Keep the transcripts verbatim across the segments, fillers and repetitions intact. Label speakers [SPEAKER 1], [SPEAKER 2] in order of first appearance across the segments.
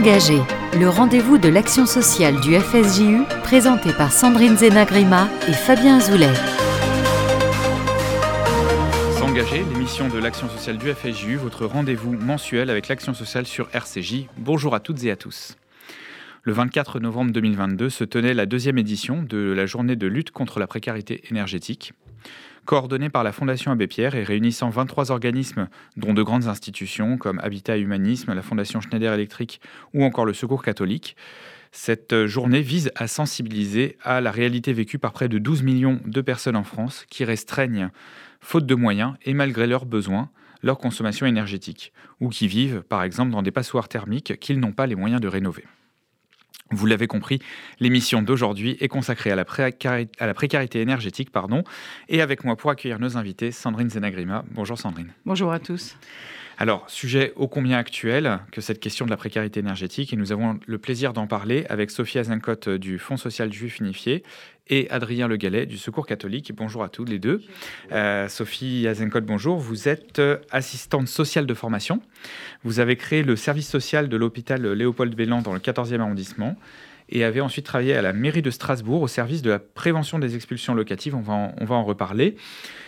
[SPEAKER 1] S'engager, le rendez-vous de l'action sociale du F S J U, présenté par Sandrine Zenagrima et Fabien Azoulay.
[SPEAKER 2] S'engager, l'émission de l'action sociale du F S J U, votre rendez-vous mensuel avec l'action sociale sur R C J. Bonjour à toutes et à tous. Le vingt-quatre novembre deux mille vingt-deux se tenait la deuxième édition de la journée de lutte contre la précarité énergétique. Coordonnée par la Fondation Abbé Pierre et réunissant vingt-trois organismes, dont de grandes institutions comme Habitat et Humanisme, la Fondation Schneider Electric ou encore le Secours catholique, cette journée vise à sensibiliser à la réalité vécue par près de douze millions de personnes en France qui restreignent, faute de moyens et malgré leurs besoins, leur consommation énergétique, ou qui vivent, par exemple, dans des passoires thermiques qu'ils n'ont pas les moyens de rénover. Vous l'avez compris, l'émission d'aujourd'hui est consacrée à la, précari- à la précarité énergétique. Pardon, et avec moi pour accueillir nos invités, Sandrine Zenagrima. Bonjour Sandrine.
[SPEAKER 3] Bonjour à tous.
[SPEAKER 2] Alors, sujet ô combien actuel que cette question de la précarité énergétique, et nous avons le plaisir d'en parler avec Sophie Azencote du Fonds social juif unifié et Adrien Le Gallet du Secours catholique. Bonjour à tous les deux. Euh, Sophie Azencote, bonjour. Vous êtes assistante sociale de formation. Vous avez créé le service social de l'hôpital Léopold Bellan dans le quatorzième arrondissement et avez ensuite travaillé à la mairie de Strasbourg au service de la prévention des expulsions locatives. On va en, on va en reparler.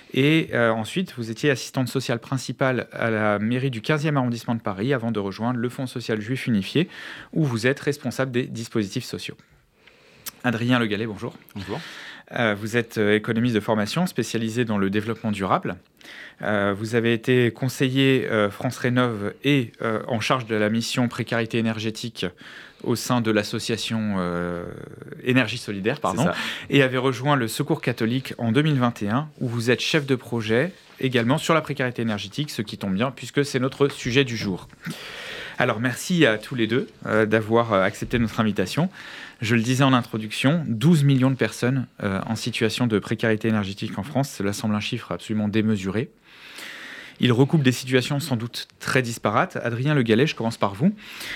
[SPEAKER 2] Et euh, ensuite, vous étiez assistante sociale principale à la mairie du quinzième arrondissement de Paris avant de rejoindre le Fonds social juif unifié, où vous êtes responsable des dispositifs sociaux. Adrien Le Gallet, bonjour.
[SPEAKER 4] Bonjour.
[SPEAKER 2] Euh, vous êtes euh, économiste de formation, spécialisé dans le développement durable. Euh, vous avez été conseiller euh, France Rénov' et euh, en charge de la mission précarité énergétique au sein de l'association euh, Énergie Solidaire, pardon, et avez rejoint le Secours catholique en deux mille vingt et un, où vous êtes chef de projet également sur la précarité énergétique, ce qui tombe bien puisque c'est notre sujet du jour. Alors merci à tous les deux euh, d'avoir accepté notre invitation. Je le disais en introduction, douze millions de personnes euh, en situation de précarité énergétique en France. Cela semble un chiffre absolument démesuré. Il recoupe des situations sans doute très disparates. Adrien Le Gallet, je commence par vous.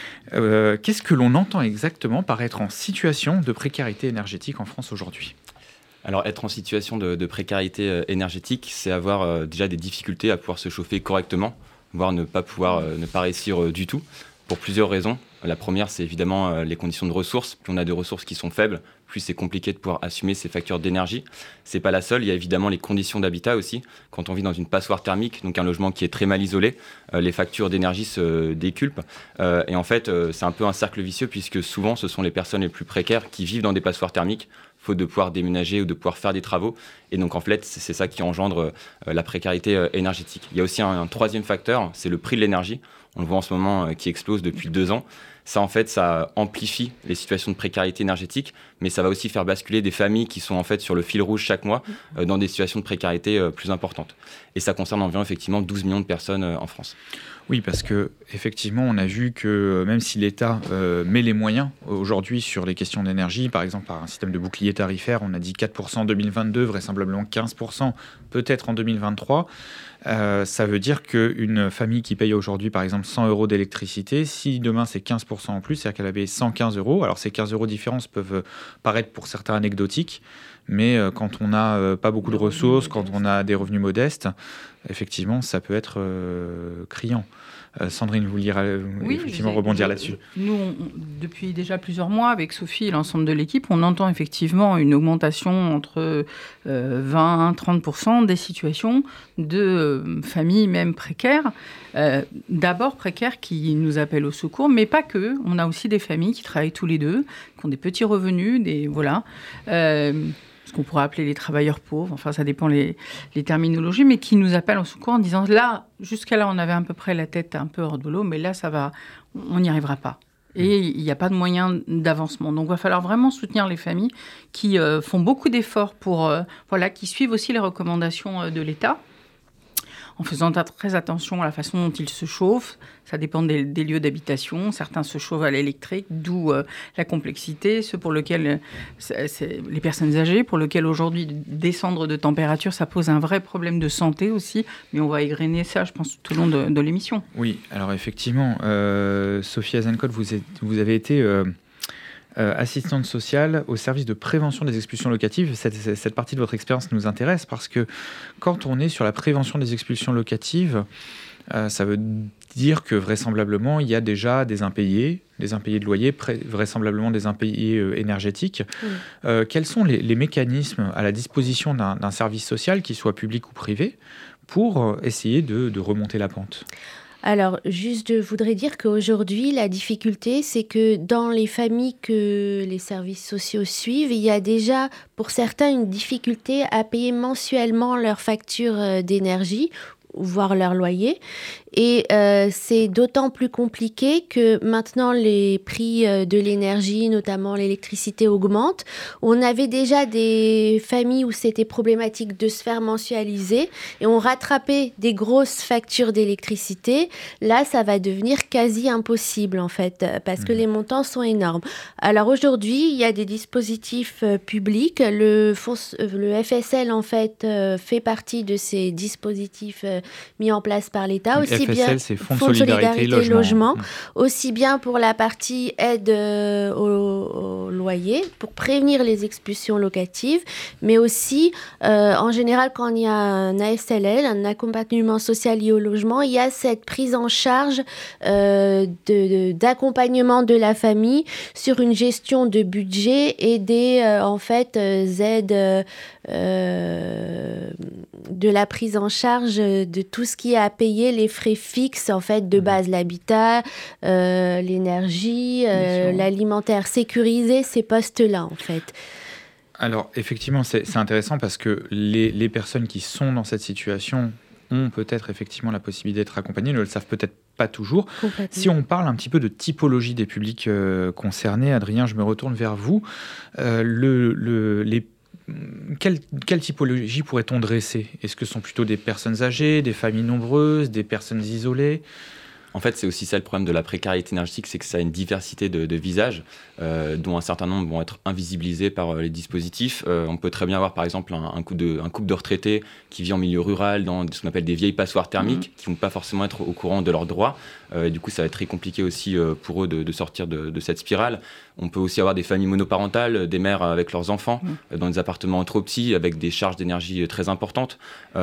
[SPEAKER 2] Euh, qu'est-ce que l'on entend exactement par être en situation de précarité énergétique en France aujourd'hui ?
[SPEAKER 4] Alors, être en situation de, de précarité euh, énergétique, c'est avoir euh, déjà des difficultés à pouvoir se chauffer correctement, voire ne pas pouvoir, euh, ne pas réussir euh, du tout, pour plusieurs raisons. La première, c'est évidemment euh, les conditions de ressources. Plus on a des ressources qui sont faibles, plus c'est compliqué de pouvoir assumer ses factures d'énergie. C'est pas la seule. Il y a évidemment les conditions d'habitat aussi. Quand on vit dans une passoire thermique, donc un logement qui est très mal isolé, euh, les factures d'énergie se décuplent. Euh, et en fait, euh, c'est un peu un cercle vicieux puisque souvent, ce sont les personnes les plus précaires qui vivent dans des passoires thermiques, faute de pouvoir déménager ou de pouvoir faire des travaux. Et donc, en fait, c'est, c'est ça qui engendre euh, la précarité euh, énergétique. Il y a aussi un, un troisième facteur, c'est le prix de l'énergie. On le voit en ce moment euh, qui explose depuis deux ans. Ça, en fait, ça amplifie les situations de précarité énergétique, mais ça va aussi faire basculer des familles qui sont en fait sur le fil rouge chaque mois euh, dans des situations de précarité euh, plus importantes. Et ça concerne environ effectivement douze millions de personnes euh, en France.
[SPEAKER 2] Oui, parce que effectivement, on a vu que même si l'État euh, met les moyens aujourd'hui sur les questions d'énergie, par exemple par un système de bouclier tarifaire, on a dit quatre pour cent en deux mille vingt-deux, vraisemblablement quinze pour cent peut-être en deux mille vingt-trois. Euh, ça veut dire qu'une famille qui paye aujourd'hui, par exemple, cent euros d'électricité, si demain c'est quinze pour cent en plus, c'est-à-dire qu'elle avait cent quinze euros, alors ces quinze euros de différence peuvent paraître pour certains anecdotiques, mais euh, quand on n'a euh, pas beaucoup de ressources, quand on a des revenus modestes, effectivement, ça peut être euh, criant. Euh, Sandrine, vous vouliez euh,
[SPEAKER 3] oui,
[SPEAKER 2] effectivement rebondir là-dessus.
[SPEAKER 3] Nous, on, depuis déjà plusieurs mois, avec Sophie et l'ensemble de l'équipe, on entend effectivement une augmentation entre euh, vingt à trente pour cent des situations de euh, familles même précaires. Euh, d'abord précaires qui nous appellent au secours, mais pas que. On a aussi des familles qui travaillent tous les deux, qui ont des petits revenus, des voilà. Euh, ce qu'on pourrait appeler les travailleurs pauvres, enfin ça dépend les, les terminologies, mais qui nous appellent au secours en disant là, jusqu'à là on avait à peu près la tête un peu hors de l'eau, mais là ça va, on n'y arrivera pas. Et il n'y a pas de moyen d'avancement. Donc il va falloir vraiment soutenir les familles qui euh, font beaucoup d'efforts pour, euh, voilà, qui suivent aussi les recommandations euh, de l'État, en faisant très attention à la façon dont ils se chauffent. Ça dépend des, des lieux d'habitation. Certains se chauffent à l'électrique, d'où euh, la complexité. Ceux pour lesquels, c'est, c'est les personnes âgées, pour lesquelles aujourd'hui descendre de température, ça pose un vrai problème de santé aussi. Mais on va égrener ça, je pense, tout au long de, de l'émission.
[SPEAKER 2] Oui, alors effectivement, euh, Sophie Azencote, vous, êtes, vous avez été... Euh Euh, assistante sociale au service de prévention des expulsions locatives. Cette, cette partie de votre expérience nous intéresse parce que quand on est sur la prévention des expulsions locatives, euh, ça veut dire que vraisemblablement, il y a déjà des impayés, des impayés de loyer, pré- vraisemblablement des impayés euh, énergétiques.
[SPEAKER 5] Oui.
[SPEAKER 2] Euh, quels sont les, les mécanismes à la disposition d'un, d'un service social, qu'il soit public ou privé, pour essayer de, de remonter la pente ?
[SPEAKER 5] Alors, juste, je voudrais dire qu'aujourd'hui, la difficulté, c'est que dans les familles que les services sociaux suivent, il y a déjà, pour certains, une difficulté à payer mensuellement leurs factures d'énergie, voire leur loyer. Et euh, c'est d'autant plus compliqué que maintenant les prix euh, de l'énergie, notamment l'électricité, augmentent. On avait déjà des familles où c'était problématique de se faire mensualiser et on rattrapait des grosses factures d'électricité. Là, ça va devenir quasi impossible en fait, parce que les montants sont énormes. Alors aujourd'hui, il y a des dispositifs euh, publics. Le, fonds, euh, le F S L en fait euh, fait partie de ces dispositifs euh, mis en place par l'État.
[SPEAKER 2] Donc,
[SPEAKER 5] aussi
[SPEAKER 2] F S L,
[SPEAKER 5] bien
[SPEAKER 2] c'est Fonds de
[SPEAKER 5] Fonds de
[SPEAKER 2] solidarité,
[SPEAKER 5] solidarité
[SPEAKER 2] logement.
[SPEAKER 5] logement, aussi bien pour la partie aide euh, au, au loyer, pour prévenir les expulsions locatives, mais aussi, euh, en général, quand il y a un A S L L, un accompagnement social lié au logement, il y a cette prise en charge euh, de, de, d'accompagnement de la famille sur une gestion de budget et des, euh, en fait, euh, aides euh, euh, de la prise en charge de tout ce qui est à payer, les frais fixes en fait de base, l'habitat, euh, l'énergie, euh, l'alimentaire, sécuriser ces postes-là en fait.
[SPEAKER 2] Alors effectivement, c'est, c'est intéressant parce que les, les personnes qui sont dans cette situation ont peut-être effectivement la possibilité d'être accompagnées, ne le savent peut-être pas toujours. Si on parle un petit peu de typologie des publics euh, concernés, Adrien, je me retourne vers vous. Euh, le, le, les Quelle, quelle typologie pourrait-on dresser ? Est-ce que ce sont plutôt des personnes âgées, des familles nombreuses, des personnes isolées ?
[SPEAKER 4] En fait, c'est aussi ça le problème de la précarité énergétique, c'est que ça a une diversité de, de visages, euh, dont un certain nombre vont être invisibilisés par euh, les dispositifs. Euh, on peut très bien avoir, par exemple, un, un, couple de, un couple de retraités qui vit en milieu rural, dans ce qu'on appelle des vieilles passoires thermiques, mmh. qui ne vont pas forcément être au courant de leurs droits. Euh, et du coup, ça va être très compliqué aussi euh, pour eux de, de sortir de, de cette spirale. On peut aussi avoir des familles monoparentales, des mères avec leurs enfants, mmh. dans des appartements trop petits, avec des charges d'énergie très importantes.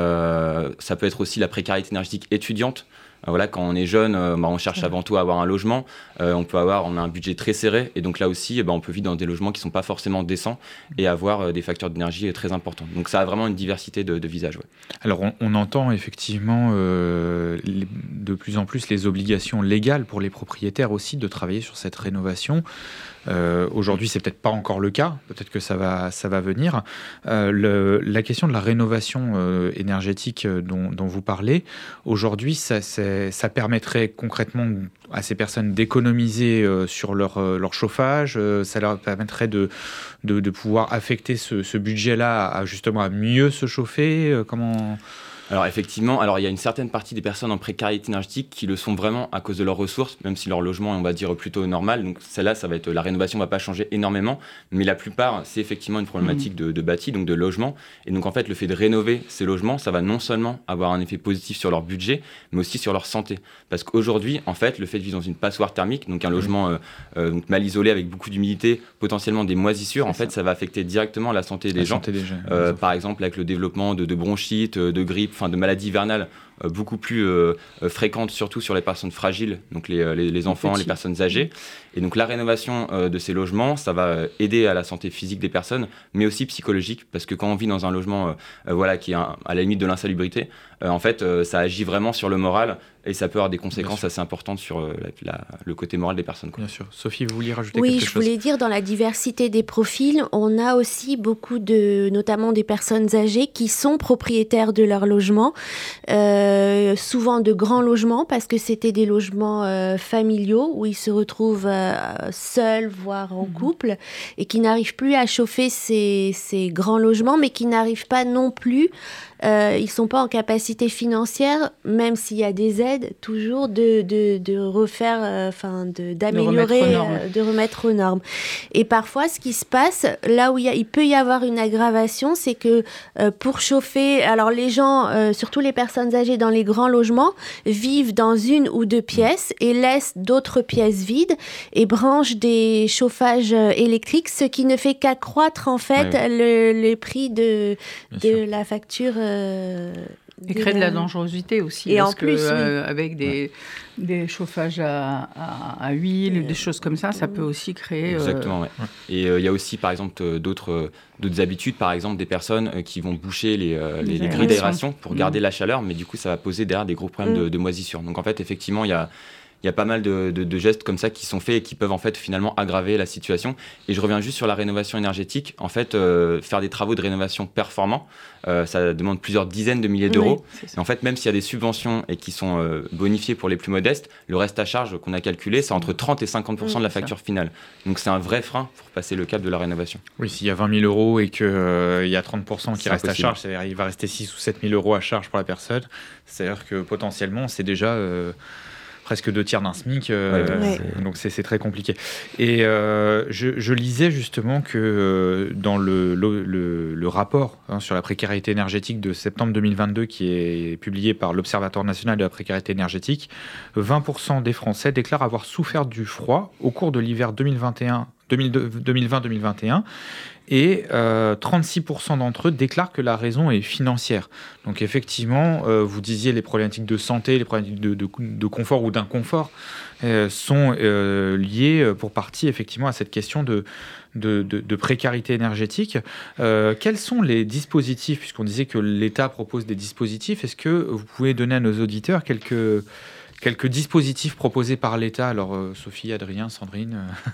[SPEAKER 4] Euh, ça peut être aussi la précarité énergétique étudiante. Voilà, quand on est jeune, euh, bah, on cherche avant tout à avoir un logement. Euh, on peut avoir, on a un budget très serré, et donc là aussi, eh ben, on peut vivre dans des logements qui sont pas forcément décents et avoir euh, des factures d'énergie très importantes. Donc ça a vraiment une diversité de, de visages. Ouais.
[SPEAKER 2] Alors on, on entend effectivement euh, les, de plus en plus les obligations légales pour les propriétaires aussi de travailler sur cette rénovation. Euh, aujourd'hui, c'est peut-être pas encore le cas. Peut-être que ça va, ça va venir. Euh, le, la question de la rénovation euh, énergétique dont, dont vous parlez, aujourd'hui, ça, c'est, ça permettrait concrètement à ces personnes d'économiser euh, sur leur, euh, leur chauffage. Euh, ça leur permettrait de, de, de pouvoir affecter ce, ce budget-là à, justement à mieux se chauffer. Euh, comment...
[SPEAKER 4] Alors effectivement, alors il y a une certaine partie des personnes en précarité énergétique qui le sont vraiment à cause de leurs ressources, même si leur logement est, on va dire, plutôt normal. Donc celle-là, ça va être, la rénovation ne va pas changer énormément, mais la plupart, c'est effectivement une problématique de, de bâti, donc de logement. Et donc en fait, le fait de rénover ces logements, ça va non seulement avoir un effet positif sur leur budget, mais aussi sur leur santé. Parce qu'aujourd'hui, en fait, le fait de vivre dans une passoire thermique, donc un logement euh, euh, donc mal isolé avec beaucoup d'humidité, potentiellement des moisissures, en fait, ça va affecter directement la santé des
[SPEAKER 2] la
[SPEAKER 4] gens.
[SPEAKER 2] Santé des gens
[SPEAKER 4] euh, par exemple, avec le développement de, de bronchites, de grippe, enfin de maladies hivernales euh, beaucoup plus euh, fréquentes, surtout sur les personnes fragiles, donc les, les, les enfants, les personnes âgées. Et donc la rénovation euh, de ces logements, ça va aider à la santé physique des personnes, mais aussi psychologique, parce que quand on vit dans un logement euh, voilà, qui est un, à la limite de l'insalubrité, euh, en fait, euh, ça agit vraiment sur le moral et ça peut avoir des conséquences assez importantes sur euh, la, la, le côté moral des personnes. Quoi.
[SPEAKER 2] Bien sûr. Sophie, vous vouliez rajouter
[SPEAKER 5] oui,
[SPEAKER 2] quelque chose ?
[SPEAKER 5] Oui, je voulais dire, dans la diversité des profils, on a aussi beaucoup de, notamment des personnes âgées qui sont propriétaires de leur logement, euh, souvent de grands logements, parce que c'était des logements euh, familiaux où ils se retrouvent euh, seuls, voire en mmh. couple, et qui n'arrivent plus à chauffer ces, ces grands logements, mais qui n'arrivent pas non plus, euh, ils ne sont pas en capacité financière, même s'il y a des aides, toujours de, de, de refaire, enfin euh, de, d'améliorer,
[SPEAKER 3] de remettre,
[SPEAKER 5] euh, de remettre aux normes. Et parfois, ce qui se passe, là où il, y a, il peut y avoir une aggravation, c'est que euh, pour chauffer, alors les gens, euh, surtout les personnes âgées dans les grands logements, vivent dans une ou deux pièces et laissent d'autres pièces vides et branchent des chauffages électriques, ce qui ne fait qu'accroître en fait oui, oui. Le, le prix de, de la facture euh,
[SPEAKER 3] Et créer de la dangerosité aussi.
[SPEAKER 5] Et
[SPEAKER 3] parce
[SPEAKER 5] en plus,
[SPEAKER 3] que, euh,
[SPEAKER 5] oui.
[SPEAKER 3] avec des, des chauffages à, à, à huile, et... des choses comme ça, ça peut aussi créer...
[SPEAKER 4] Exactement,
[SPEAKER 3] euh...
[SPEAKER 4] ouais. Et il euh, y a aussi, par exemple, d'autres, euh, d'autres habitudes, par exemple, des personnes euh, qui vont boucher les, euh, les, les grilles d'aération pour garder mmh. la chaleur, mais du coup, ça va poser derrière des gros problèmes mmh. de, de moisissure. Donc, en fait, effectivement, il y a... Il y a pas mal de, de, de gestes comme ça qui sont faits et qui peuvent en fait finalement aggraver la situation. Et je reviens juste sur la rénovation énergétique. En fait, euh, faire des travaux de rénovation performants, euh, ça demande plusieurs dizaines de milliers d'euros. Oui, et en fait, même s'il y a des subventions et qui sont euh, bonifiées pour les plus modestes, le reste à charge qu'on a calculé, c'est entre trente et cinquante pour cent oui, de la facture ça. finale. Donc c'est un vrai frein pour passer le cap de la rénovation.
[SPEAKER 2] Oui, s'il y a vingt mille euros et qu'il euh, y a trente pour cent qui
[SPEAKER 4] c'est
[SPEAKER 2] reste
[SPEAKER 4] impossible.
[SPEAKER 2] à charge, c'est-à-dire il va rester six ou sept mille euros à charge pour la personne. C'est-à-dire que potentiellement, c'est déjà... Euh, presque deux tiers d'un SMIC, euh,
[SPEAKER 5] ouais,
[SPEAKER 2] c'est... donc c'est, c'est très compliqué. Et euh, je, je lisais justement que euh, dans le, le, le, le rapport hein, sur la précarité énergétique de septembre deux mille vingt-deux, qui est publié par l'Observatoire national de la précarité énergétique, vingt pour cent des Français déclarent avoir souffert du froid au cours de l'hiver deux mille vingt et un, deux mille vingt deux mille vingt et un, et euh, trente-six pour cent d'entre eux déclarent que la raison est financière. Donc effectivement, euh, vous disiez les problématiques de santé, les problématiques de, de, de confort ou d'inconfort euh, sont euh, liées pour partie effectivement à cette question de, de, de, de précarité énergétique. Euh, quels sont les dispositifs, puisqu'on disait que l'État propose des dispositifs, est-ce que vous pouvez donner à nos auditeurs quelques, quelques dispositifs proposés par l'État ? Alors euh, Sophie, Adrien, Sandrine euh...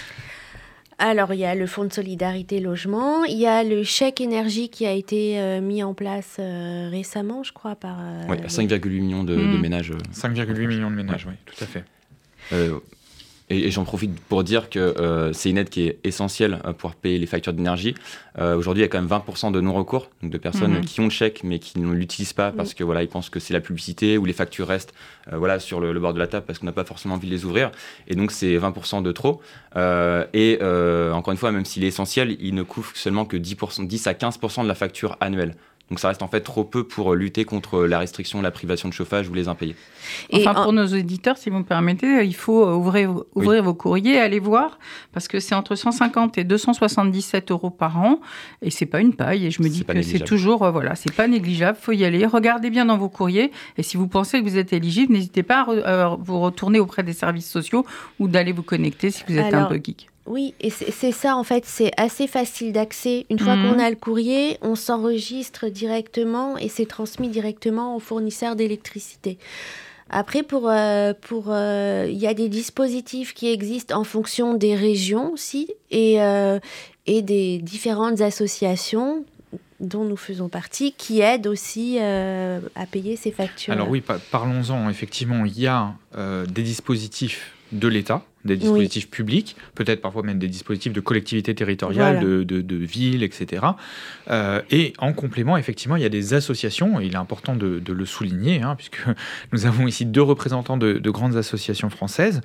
[SPEAKER 5] Alors, il y a le Fonds de solidarité logement, il y a le chèque énergie qui a été euh, mis en place euh, récemment, je crois, par... Euh,
[SPEAKER 4] oui,
[SPEAKER 5] les...
[SPEAKER 4] cinq virgule huit millions de, mmh. de ménages.
[SPEAKER 2] cinq virgule huit millions de ménages, ouais. oui, tout à fait.
[SPEAKER 4] Euh, et, et j'en profite pour dire que euh, c'est une aide qui est essentielle pour payer les factures d'énergie. Euh, aujourd'hui, il y a quand même vingt pour cent de non-recours, donc de personnes mmh. qui ont le chèque, mais qui ne l'utilisent pas parce que voilà, ils pensent que c'est la publicité ou les factures restent euh, voilà, sur le, le bord de la table parce qu'on n'a pas forcément envie de les ouvrir. Et donc, c'est vingt pour cent de trop. Euh, et euh, encore une fois, même s'il est essentiel, il ne couvre seulement que dix pour cent, dix à quinze pour cent de la facture annuelle. Donc ça reste en fait trop peu pour lutter contre la restriction, la privation de chauffage ou les impayés.
[SPEAKER 3] Et enfin, en... pour nos auditeurs, si vous me permettez, il faut ouvrir, ouvrir oui. vos courriers, aller voir, parce que c'est entre cent cinquante et deux cent soixante-dix-sept euros par an, et c'est pas une paille. Et je me dis que c'est toujours, euh, voilà, c'est pas négligeable. Faut y aller. Regardez bien dans vos courriers, et si vous pensez que vous êtes éligible, n'hésitez pas à, re, à vous retourner auprès des services sociaux ou d'aller vous connecter si vous êtes Alors... un peu geek.
[SPEAKER 5] Oui, et c'est, c'est ça en fait, c'est assez facile d'accès. Une fois mmh. qu'on a le courrier, on s'enregistre directement et c'est transmis directement au fournisseur d'électricité. Après, pour, euh, pour, euh, y a des dispositifs qui existent en fonction des régions aussi et, euh, et des différentes associations dont nous faisons partie, qui aident aussi euh, à payer ces factures.
[SPEAKER 2] Alors oui, pa- parlons-en. Effectivement, il y a euh, des dispositifs de l'État, des dispositifs oui. publics, peut-être parfois même des dispositifs de collectivités territoriales, voilà. de, de, de villes, et cetera. Euh, et en complément, effectivement, il y a des associations, et il est important de, de le souligner, hein, puisque nous avons ici deux représentants de, de grandes associations françaises.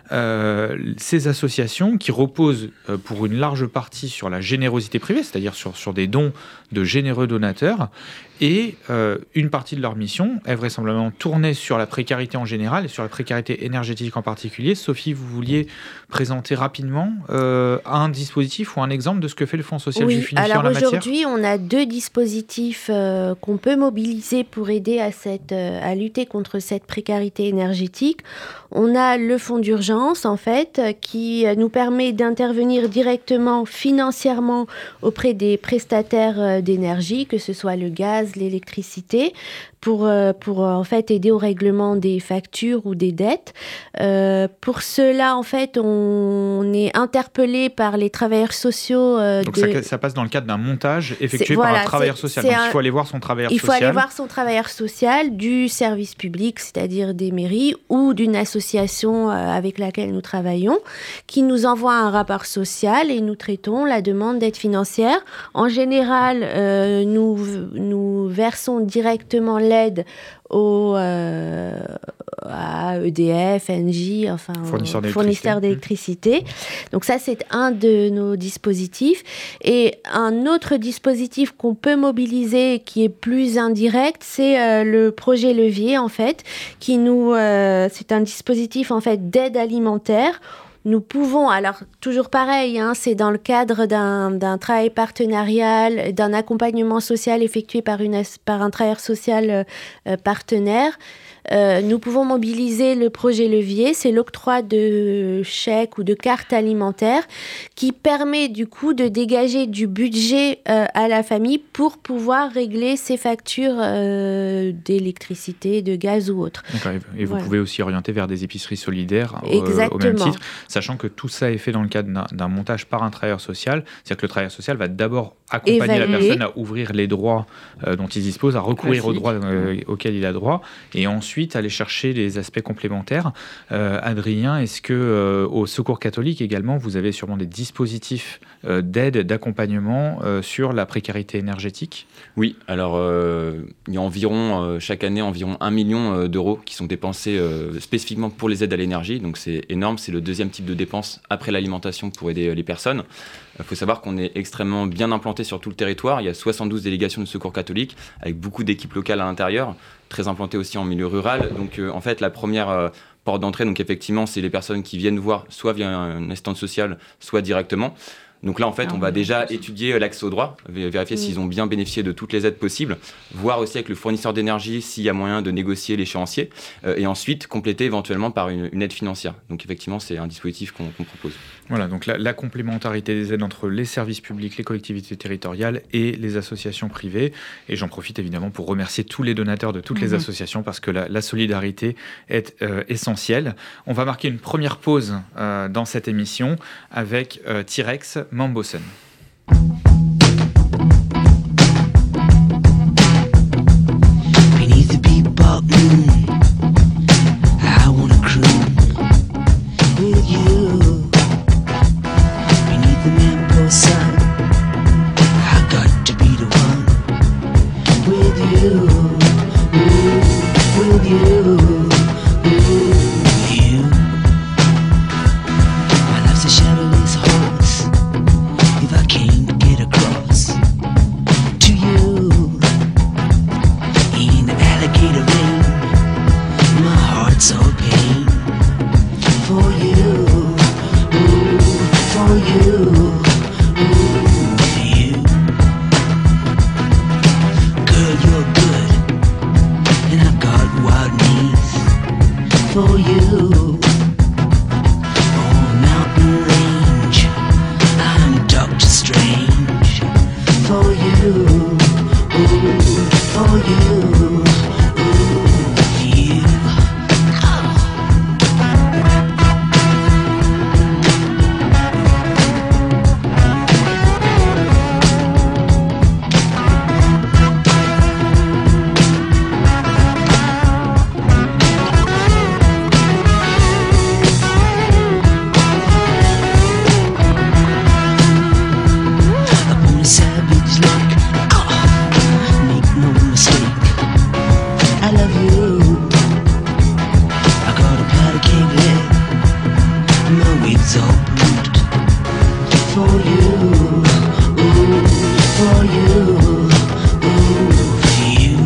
[SPEAKER 2] Euh, ces associations qui reposent euh, pour une large partie sur la générosité privée, c'est-à-dire sur, sur des dons de généreux donateurs, et euh, une partie de leur mission est vraisemblablement tournée sur la précarité en général et sur la précarité énergétique en particulier. Sophie, vous vouliez présenter rapidement euh, un dispositif ou un exemple de ce que fait le Fonds social
[SPEAKER 5] oui,
[SPEAKER 2] juif unifié en la matière ?
[SPEAKER 5] Alors aujourd'hui, on a deux dispositifs euh, qu'on peut mobiliser pour aider à, cette, euh, à lutter contre cette précarité énergétique. On a le fonds d'urgence, en fait, qui nous permet d'intervenir directement financièrement auprès des prestataires euh, d'énergie, que ce soit le gaz, l'électricité, pour, euh, pour en fait aider au règlement des factures ou des dettes. Euh, pour cela, en fait, on est interpellé par les travailleurs sociaux. Euh,
[SPEAKER 2] Donc
[SPEAKER 5] de...
[SPEAKER 2] ça, ça passe dans le cadre d'un montage effectué c'est, par voilà, un travailleur social. Donc un... il faut aller voir son travailleur
[SPEAKER 5] il
[SPEAKER 2] social.
[SPEAKER 5] Il faut aller voir son travailleur social du service public, c'est-à-dire des mairies ou d'une association euh, avec laquelle nous travaillons, qui nous envoie un rapport social et nous traitons la demande d'aide financière. En général, euh, nous, nous versons directement l'aide au, euh, à E D F, Engie, enfin
[SPEAKER 2] fournisseurs d'électricité.
[SPEAKER 5] fournisseurs d'électricité. Donc ça, c'est un de nos dispositifs. Et un autre dispositif qu'on peut mobiliser, qui est plus indirect, c'est euh, le projet levier, en fait, qui nous, euh, c'est un dispositif en fait d'aide alimentaire. nous pouvons, alors toujours pareil, hein, c'est dans le cadre d'un, d'un travail partenarial, d'un accompagnement social effectué par, une, par un travailleur social euh, partenaire. Euh, nous pouvons mobiliser le projet levier, c'est l'octroi de chèques ou de cartes alimentaires qui permet du coup de dégager du budget euh, à la famille pour pouvoir régler ses factures euh, d'électricité, de gaz ou autre.
[SPEAKER 2] D'accord. Et vous voilà. pouvez aussi orienter vers des épiceries solidaires euh,
[SPEAKER 5] Exactement.
[SPEAKER 2] Au même titre, sachant que tout ça est fait dans le cadre d'un, d'un montage par un travailleur social, c'est-à-dire que le travailleur social va d'abord accompagner Évaluer. la personne à ouvrir les droits euh, dont il dispose, à recourir Classique. aux droits euh, auxquels il a droit, et ensuite aller chercher les aspects complémentaires. Euh, Adrien, est-ce que euh, au Secours catholique également, vous avez sûrement des dispositifs euh, d'aide, d'accompagnement euh, sur la précarité énergétique ?
[SPEAKER 4] Oui, alors euh, il y a environ, euh, chaque année, environ un million euh, d'euros qui sont dépensés euh, spécifiquement pour les aides à l'énergie, donc c'est énorme, c'est le deuxième type de dépense après l'alimentation pour aider euh, les personnes. Il faut savoir qu'on est extrêmement bien implanté sur tout le territoire. Il y a soixante-douze délégations de Secours catholique avec beaucoup d'équipes locales à l'intérieur, très implantées aussi en milieu rural. Donc euh, en fait, la première euh, porte d'entrée, donc effectivement, c'est les personnes qui viennent voir soit via une assistante sociale, soit directement. Donc là, en fait, ah, on va oui, déjà étudier l'accès aux droits, vérifier oui. s'ils ont bien bénéficié de toutes les aides possibles, voir aussi avec le fournisseur d'énergie s'il y a moyen de négocier l'échéancier, euh, et ensuite compléter éventuellement par une, une aide financière. Donc effectivement, c'est un dispositif qu'on, qu'on propose.
[SPEAKER 2] Voilà, donc la, la complémentarité des aides entre les services publics, les collectivités territoriales et les associations privées. Et j'en profite évidemment pour remercier tous les donateurs de toutes mmh. les associations parce que la, la solidarité est euh, essentielle. On va marquer une première pause euh, dans cette émission avec euh, T-Rex Mambosen.
[SPEAKER 6] Beneath the bebop moon, I wanna croon with you. Beneath the mambo sun, I got to be the one with you, ooh, with you, ooh, you. My life's a shadowless horse. If I can't get across to you, eating the alligator vein, my heart's all pain for you, ooh, for you, ooh, you. Girl, you're good, and I've got wild needs for you. On mountain range, I'm Doctor Strange for you, ooh, for you, ooh, you. Oh. Upon a savage like, oh, make no mistake, I love you. I got a powder keg leg, my wig's all bruised for you, ooh, for you, ooh, for you.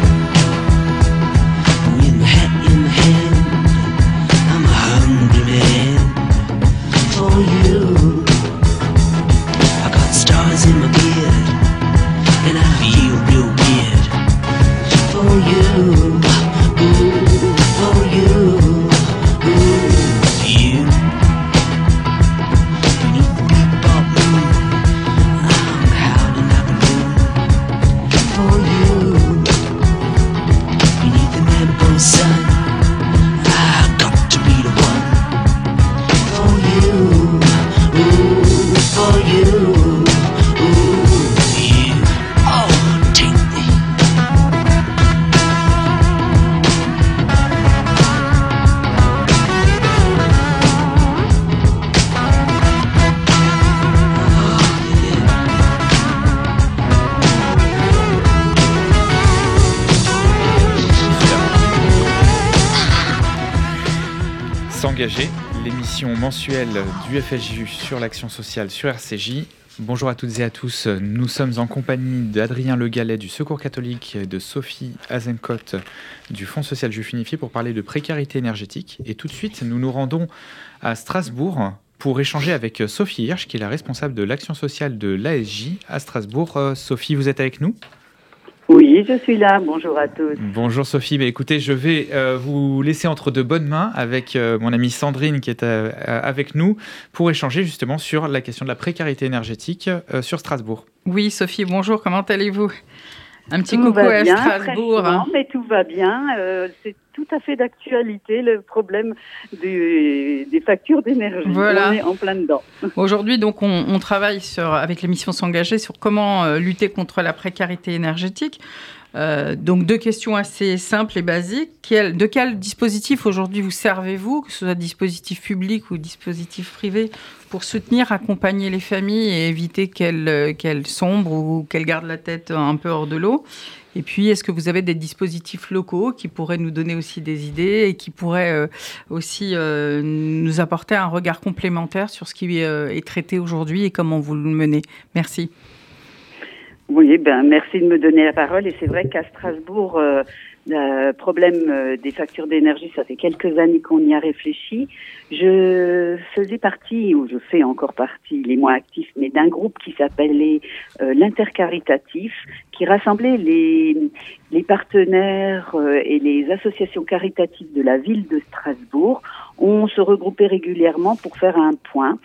[SPEAKER 6] With my hat in my hand, I'm a hungry man for you. I got stars in my beard, and I feel real weird for you, ooh, for you, ooh, for you. Beneath the bebop moon, I'm howling like a loon for you. Beneath the mambo sun, I got to be the one for you, ooh, for you, ooh, for you. Oh, take me.
[SPEAKER 2] S'engager, l'émission mensuelle du F S J U sur l'action sociale sur R C J. Bonjour à toutes et à tous. Nous sommes en compagnie d'Adrien Le Gallet du Secours catholique et de Sophie Azencote du Fonds social juif unifié pour parler de précarité énergétique. Et tout de suite, nous nous rendons à Strasbourg pour échanger avec Sophie Hirsch, qui est la responsable de l'action sociale de l'A S J à Strasbourg. Sophie, vous êtes avec nous ?
[SPEAKER 7] Oui, je suis là. Bonjour à tous.
[SPEAKER 2] Bonjour Sophie. Mais écoutez, je vais euh, vous laisser entre de bonnes mains avec euh, mon amie Sandrine qui est euh, avec nous pour échanger justement sur la question de la précarité énergétique euh, sur Strasbourg.
[SPEAKER 3] Oui, Sophie, bonjour. Comment allez-vous ? Un petit
[SPEAKER 7] tout
[SPEAKER 3] coucou
[SPEAKER 7] va
[SPEAKER 3] à
[SPEAKER 7] bien,
[SPEAKER 3] Strasbourg.
[SPEAKER 7] Hein. Mais tout va bien. Euh, c'est tout à fait d'actualité, le problème du, des factures d'énergie.
[SPEAKER 3] Voilà.
[SPEAKER 7] On est en plein dedans.
[SPEAKER 3] Aujourd'hui, donc, on, on travaille sur, avec l'émission S'engager sur comment euh, lutter contre la précarité énergétique. Euh, donc, deux questions assez simples et basiques. Quel, de quel dispositif aujourd'hui vous servez-vous, que ce soit dispositif public ou dispositif privé, pour soutenir, accompagner les familles et éviter qu'elles, qu'elles sombrent ou qu'elles gardent la tête un peu hors de l'eau ? Et puis, est-ce que vous avez des dispositifs locaux qui pourraient nous donner aussi des idées et qui pourraient euh, aussi euh, nous apporter un regard complémentaire sur ce qui euh, est traité aujourd'hui et comment vous le menez ? Merci.
[SPEAKER 7] Oui, ben merci de me donner la parole. Et c'est vrai qu'à Strasbourg, euh, le problème euh, des factures d'énergie, ça fait quelques années qu'on y a réfléchi. Je faisais partie, ou je fais encore partie, les moins actifs, mais d'un groupe qui s'appelait euh, l'Intercaritatif, qui rassemblait les, les partenaires euh, et les associations caritatives de la ville de Strasbourg. On se regroupait régulièrement pour faire un point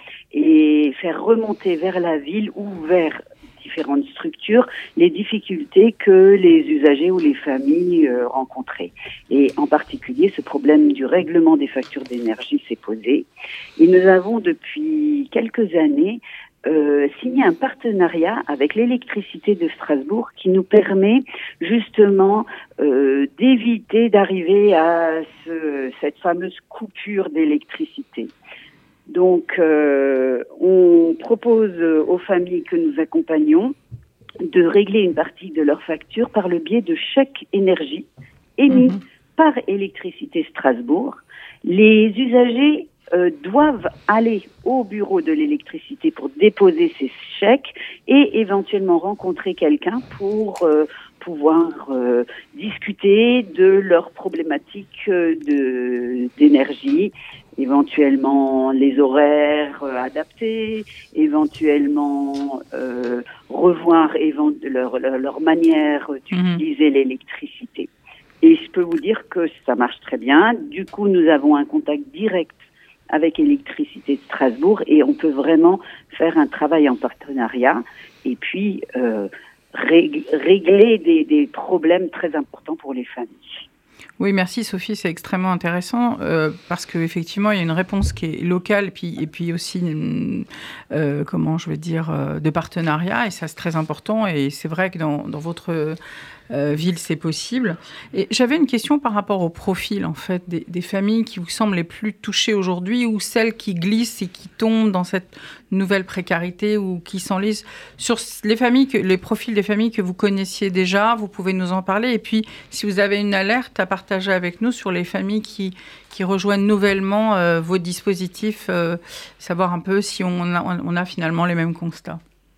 [SPEAKER 7] et faire remonter vers la ville ou vers différentes structures, les difficultés que les usagers ou les familles euh, rencontraient. Et en particulier, ce problème du règlement des factures d'énergie s'est posé. Et nous avons depuis quelques années euh, signé un partenariat avec l'électricité de Strasbourg qui nous permet justement euh, d'éviter d'arriver à ce, cette fameuse coupure d'électricité. Donc, euh, on propose aux familles que nous accompagnons de régler une partie de leur facture par le biais de chèques énergie émis mmh. par Électricité Strasbourg. Les usagers euh, doivent aller au bureau de l'électricité pour déposer ces chèques et éventuellement rencontrer quelqu'un pour euh, pouvoir euh, discuter de leurs problématiques de, d'énergie, éventuellement les horaires euh, adaptés, éventuellement euh, revoir évent- leur, leur, leur manière d'utiliser mmh. l'électricité. Et je peux vous dire que ça marche très bien. Du coup, nous avons un contact direct avec Électricité de Strasbourg et on peut vraiment faire un travail en partenariat et puis euh, rég- régler des, des problèmes très importants pour les familles.
[SPEAKER 3] Oui, merci Sophie, c'est extrêmement intéressant euh, parce qu'effectivement, il y a une réponse qui est locale et puis, et puis aussi, une, euh, comment je vais dire, euh, de partenariat et ça c'est très important et c'est vrai que dans, dans votre euh, ville, c'est possible. Et j'avais une question par rapport au profil en fait des, des familles qui vous semblent les plus touchées aujourd'hui ou celles qui glissent et qui tombent dans cette nouvelle précarité ou qui s'enlisent. Sur les familles, que, les profils des familles que vous connaissiez déjà, vous pouvez nous en parler et puis si vous avez une alerte à partager avec nous sur les familles qui, qui rejoignent nouvellement euh, vos dispositifs, euh, savoir un peu si on a, on a finalement les mêmes constats.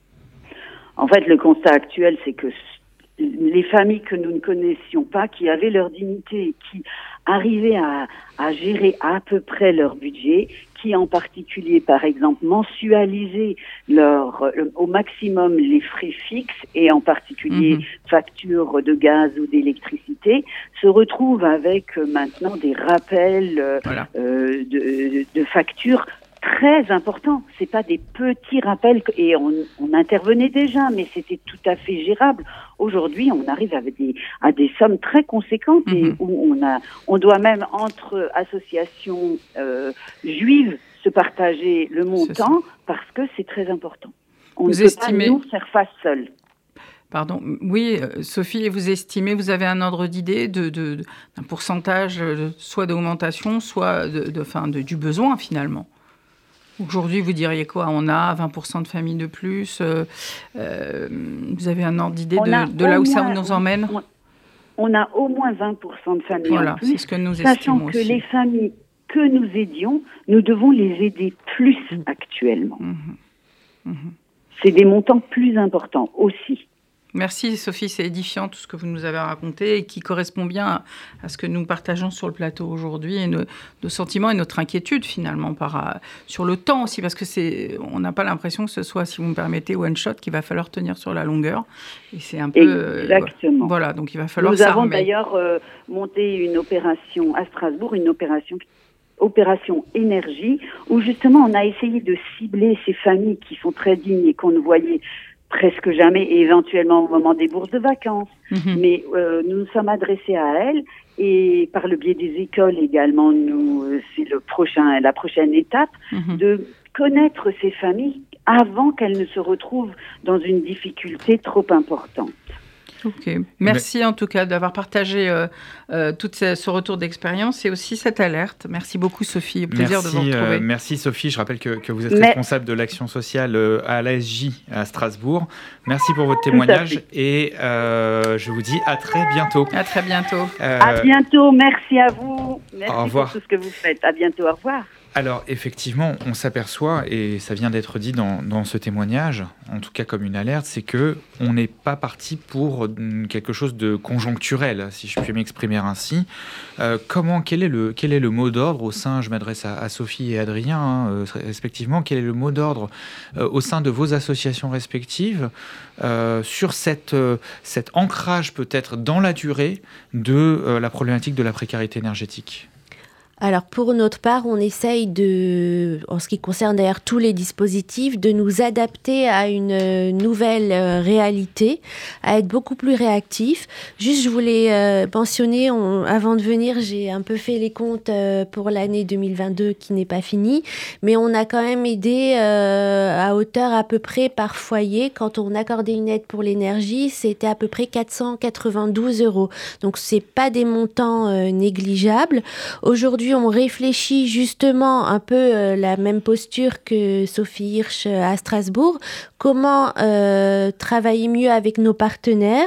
[SPEAKER 7] En fait, le constat actuel, c'est que les familles que nous ne connaissions pas, qui avaient leur dignité, qui arrivaient à, à gérer à peu près leur budget, qui en particulier, par exemple, mensualisaient leur, au maximum les frais fixes et en particulier mmh. factures de gaz ou d'électricité, se retrouvent avec maintenant des rappels voilà. euh, de, de factures très important. C'est pas des petits rappels et on, on intervenait déjà, mais c'était tout à fait gérable. Aujourd'hui, on arrive avec des, à des sommes très conséquentes et mmh. où on a, on doit même entre associations euh, juives se partager le montant parce que c'est très important. On vous ne estimez... peut pas nous faire face seuls.
[SPEAKER 3] Pardon. Oui, Sophie, vous estimez, vous avez un ordre d'idée de, de, de, d'un pourcentage soit d'augmentation, soit de, de, fin, de, du besoin finalement. Aujourd'hui, vous diriez quoi ? On a vingt pour cent de familles de plus. Euh, euh, vous avez un ordre d'idée de, de là où moins, ça nous emmène ?
[SPEAKER 7] On a au moins vingt pour cent de familles
[SPEAKER 3] voilà,
[SPEAKER 7] en plus.
[SPEAKER 3] C'est ce que nous
[SPEAKER 7] sachant
[SPEAKER 3] estimons
[SPEAKER 7] que
[SPEAKER 3] aussi.
[SPEAKER 7] Les familles que nous aidions, nous devons les aider plus mmh. actuellement. Mmh. Mmh. c'est des montants plus importants aussi.
[SPEAKER 3] Merci Sophie, c'est édifiant tout ce que vous nous avez raconté et qui correspond bien à, à ce que nous partageons sur le plateau aujourd'hui et nos, nos sentiments et notre inquiétude finalement par, sur le temps aussi, parce que c'est, on n'a pas l'impression que ce soit, si vous me permettez, one shot qu'il va falloir tenir sur la longueur. Et c'est un peu...
[SPEAKER 7] Exactement.
[SPEAKER 3] Euh, voilà, donc il va falloir
[SPEAKER 7] Nous
[SPEAKER 3] s'armer.
[SPEAKER 7] avons d'ailleurs euh, monté une opération à Strasbourg, une opération... opération énergie, où justement on a essayé de cibler ces familles qui sont très dignes et qu'on ne voyait presque jamais, et éventuellement au moment des bourses de vacances. Mmh. Mais euh, nous nous sommes adressés à elles, et par le biais des écoles également, nous, c'est le prochain, la prochaine étape, mmh. de connaître ces familles avant qu'elles ne se retrouvent dans une difficulté trop importante.
[SPEAKER 3] Ok, merci Mais... en tout cas d'avoir partagé euh, euh, tout ce, ce retour d'expérience et aussi cette alerte. Merci beaucoup Sophie, au plaisir
[SPEAKER 2] merci,
[SPEAKER 3] de vous retrouver.
[SPEAKER 2] Euh, merci Sophie, je rappelle que, que vous êtes
[SPEAKER 7] Mais...
[SPEAKER 2] responsable de l'action sociale euh, à l'A S J à Strasbourg. Merci pour votre témoignage et euh, je vous dis à très bientôt.
[SPEAKER 3] À très bientôt.
[SPEAKER 7] Euh... À bientôt, merci à vous. Merci
[SPEAKER 2] au revoir.
[SPEAKER 7] pour tout ce que vous faites. À bientôt, au revoir.
[SPEAKER 2] Alors effectivement, on s'aperçoit, et ça vient d'être dit dans, dans ce témoignage, en tout cas comme une alerte, c'est que on n'est pas parti pour quelque chose de conjoncturel, si je puis m'exprimer ainsi. Euh, comment, quel est le, quel est le mot d'ordre au sein, je m'adresse à, à Sophie et Adrien, hein, euh, respectivement, quel est le mot d'ordre euh, au sein de vos associations respectives euh, sur cette, euh, cet ancrage peut-être dans la durée de euh, la problématique de la précarité énergétique ?
[SPEAKER 5] Alors pour notre part, on essaye de, en ce qui concerne d'ailleurs tous les dispositifs, de nous adapter à une nouvelle euh, réalité, à être beaucoup plus réactifs. Juste, je voulais euh, mentionner, on, avant de venir, j'ai un peu fait les comptes euh, pour l'année deux mille vingt-deux qui n'est pas finie, mais on a quand même aidé euh, à hauteur à peu près par foyer. Quand on accordait une aide pour l'énergie, c'était à peu près quatre cent quatre-vingt-douze euros. Donc c'est pas des montants euh, négligeables. Aujourd'hui, on réfléchit justement un peu euh, la même posture que Sophie Hirsch à Strasbourg. Comment euh, travailler mieux avec nos partenaires,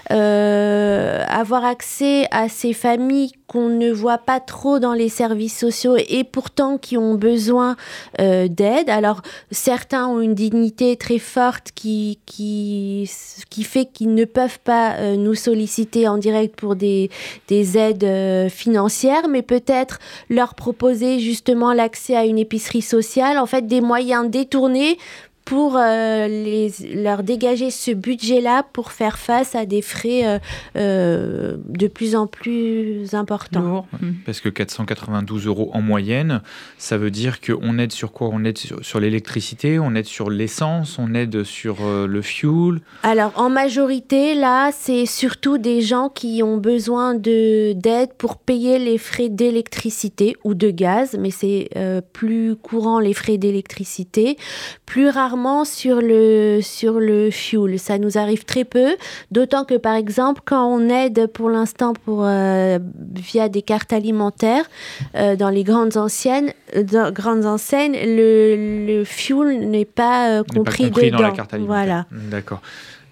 [SPEAKER 5] euh, avoir accès à ces familles qu'on ne voit pas trop dans les services sociaux et pourtant qui ont besoin euh, d'aide. Alors, certains ont une dignité très forte qui, qui, qui fait qu'ils ne peuvent pas euh, nous solliciter en direct pour des, des aides euh, financières, mais peut-être leur proposer justement l'accès à une épicerie sociale, en fait des moyens détournés pour euh, les, leur dégager ce budget-là pour faire face à des frais euh, euh, de plus en plus importants.
[SPEAKER 2] Lourd. Parce que quatre cent quatre-vingt-douze euros en moyenne, ça veut dire qu'on aide sur quoi ? On aide sur, sur l'électricité, on aide sur l'essence, on aide sur euh, le fuel.
[SPEAKER 5] Alors, en majorité, là, c'est surtout des gens qui ont besoin de, d'aide pour payer les frais d'électricité ou de gaz, mais c'est euh, plus courant les frais d'électricité. Plus rarement sur le, sur le fuel. Ça nous arrive très peu, d'autant que par exemple, quand on aide pour l'instant pour, euh, via des cartes alimentaires euh, dans les grandes enseignes, euh, dans, grandes enseignes le, le fuel n'est pas euh, compris,
[SPEAKER 2] n'est pas compris
[SPEAKER 5] dedans.
[SPEAKER 2] Dans la carte alimentaire.
[SPEAKER 5] Voilà.
[SPEAKER 2] D'accord. Adrien ?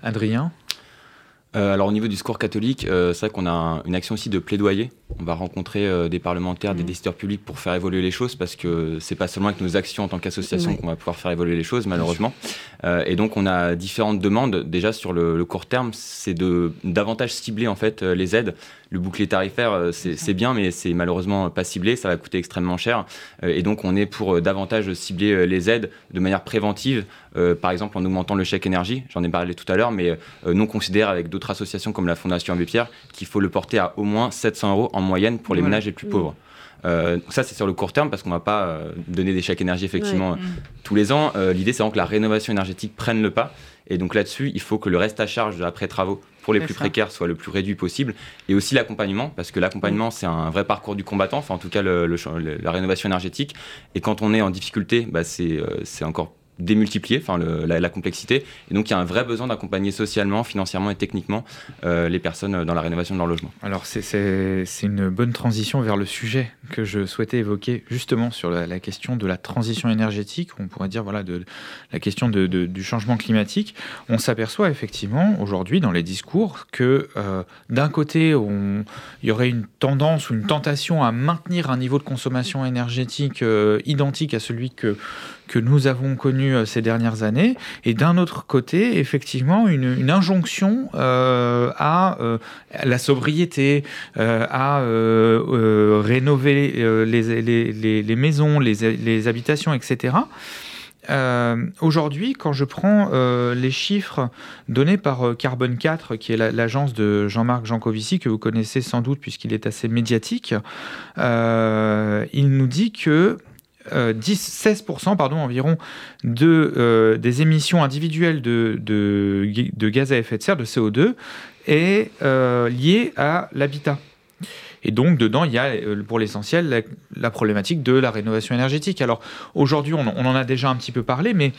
[SPEAKER 4] Euh, alors au niveau du secours catholique, euh, c'est vrai qu'on a un, une action aussi de plaidoyer. On va rencontrer euh, des parlementaires, mmh. des décideurs publics pour faire évoluer les choses, parce que c'est pas seulement avec nos actions en tant qu'association oui. qu'on va pouvoir faire évoluer les choses, malheureusement. Euh, et donc on a différentes demandes. Déjà sur le, le court terme, c'est de davantage cibler en fait euh, les aides. Le bouclier tarifaire, euh, c'est, c'est bien, mais c'est malheureusement pas ciblé, ça va coûter extrêmement cher. Euh, et donc on est pour euh, davantage cibler euh, les aides de manière préventive, euh, par exemple en augmentant le chèque énergie. J'en ai parlé tout à l'heure, mais euh, nous on considère avec d'autres associations comme la Fondation Abbé Pierre qu'il faut le porter à au moins sept cents euros en moyenne pour les voilà. ménages les plus pauvres. Euh, ça c'est sur le court terme parce qu'on ne va pas euh, donner des chèques énergie effectivement ouais. tous les ans. Euh, l'idée c'est vraiment que la rénovation énergétique prenne le pas, et donc là-dessus il faut que le reste à charge de après travaux pour les c'est plus ça. précaires soit le plus réduit possible, et aussi l'accompagnement, parce que l'accompagnement mmh. c'est un vrai parcours du combattant, enfin en tout cas le, le, le, la rénovation énergétique, et quand on est en difficulté bah, c'est, euh, c'est encore démultiplier enfin le, la, la complexité, et donc il y a un vrai besoin d'accompagner socialement, financièrement et techniquement euh, les personnes dans la rénovation de leur logement.
[SPEAKER 2] Alors c'est, c'est, c'est une bonne transition vers le sujet que je souhaitais évoquer justement sur la, la question de la transition énergétique, on pourrait dire voilà de, de la question de, de, du changement climatique. On s'aperçoit effectivement aujourd'hui dans les discours que euh, d'un côté on, il y aurait une tendance ou une tentation à maintenir un niveau de consommation énergétique euh, identique à celui que que nous avons connu euh, ces dernières années, et d'un autre côté, effectivement, une, une injonction euh, à euh, la sobriété, euh, à euh, euh, rénover euh, les, les, les, les maisons, les, les habitations, et cetera. Euh, aujourd'hui, quand je prends euh, les chiffres donnés par euh, Carbone quatre, qui est la, l'agence de Jean-Marc Jancovici, que vous connaissez sans doute puisqu'il est assez médiatique, euh, il nous dit que euh, dix, seize pour cent pardon, environ de, euh, des émissions individuelles de, de, de gaz à effet de serre, de C O deux, est euh, liée à l'habitat. Et donc, dedans, il y a, pour l'essentiel, la, la problématique de la rénovation énergétique. Alors, aujourd'hui, on, on en a déjà un petit peu parlé, mais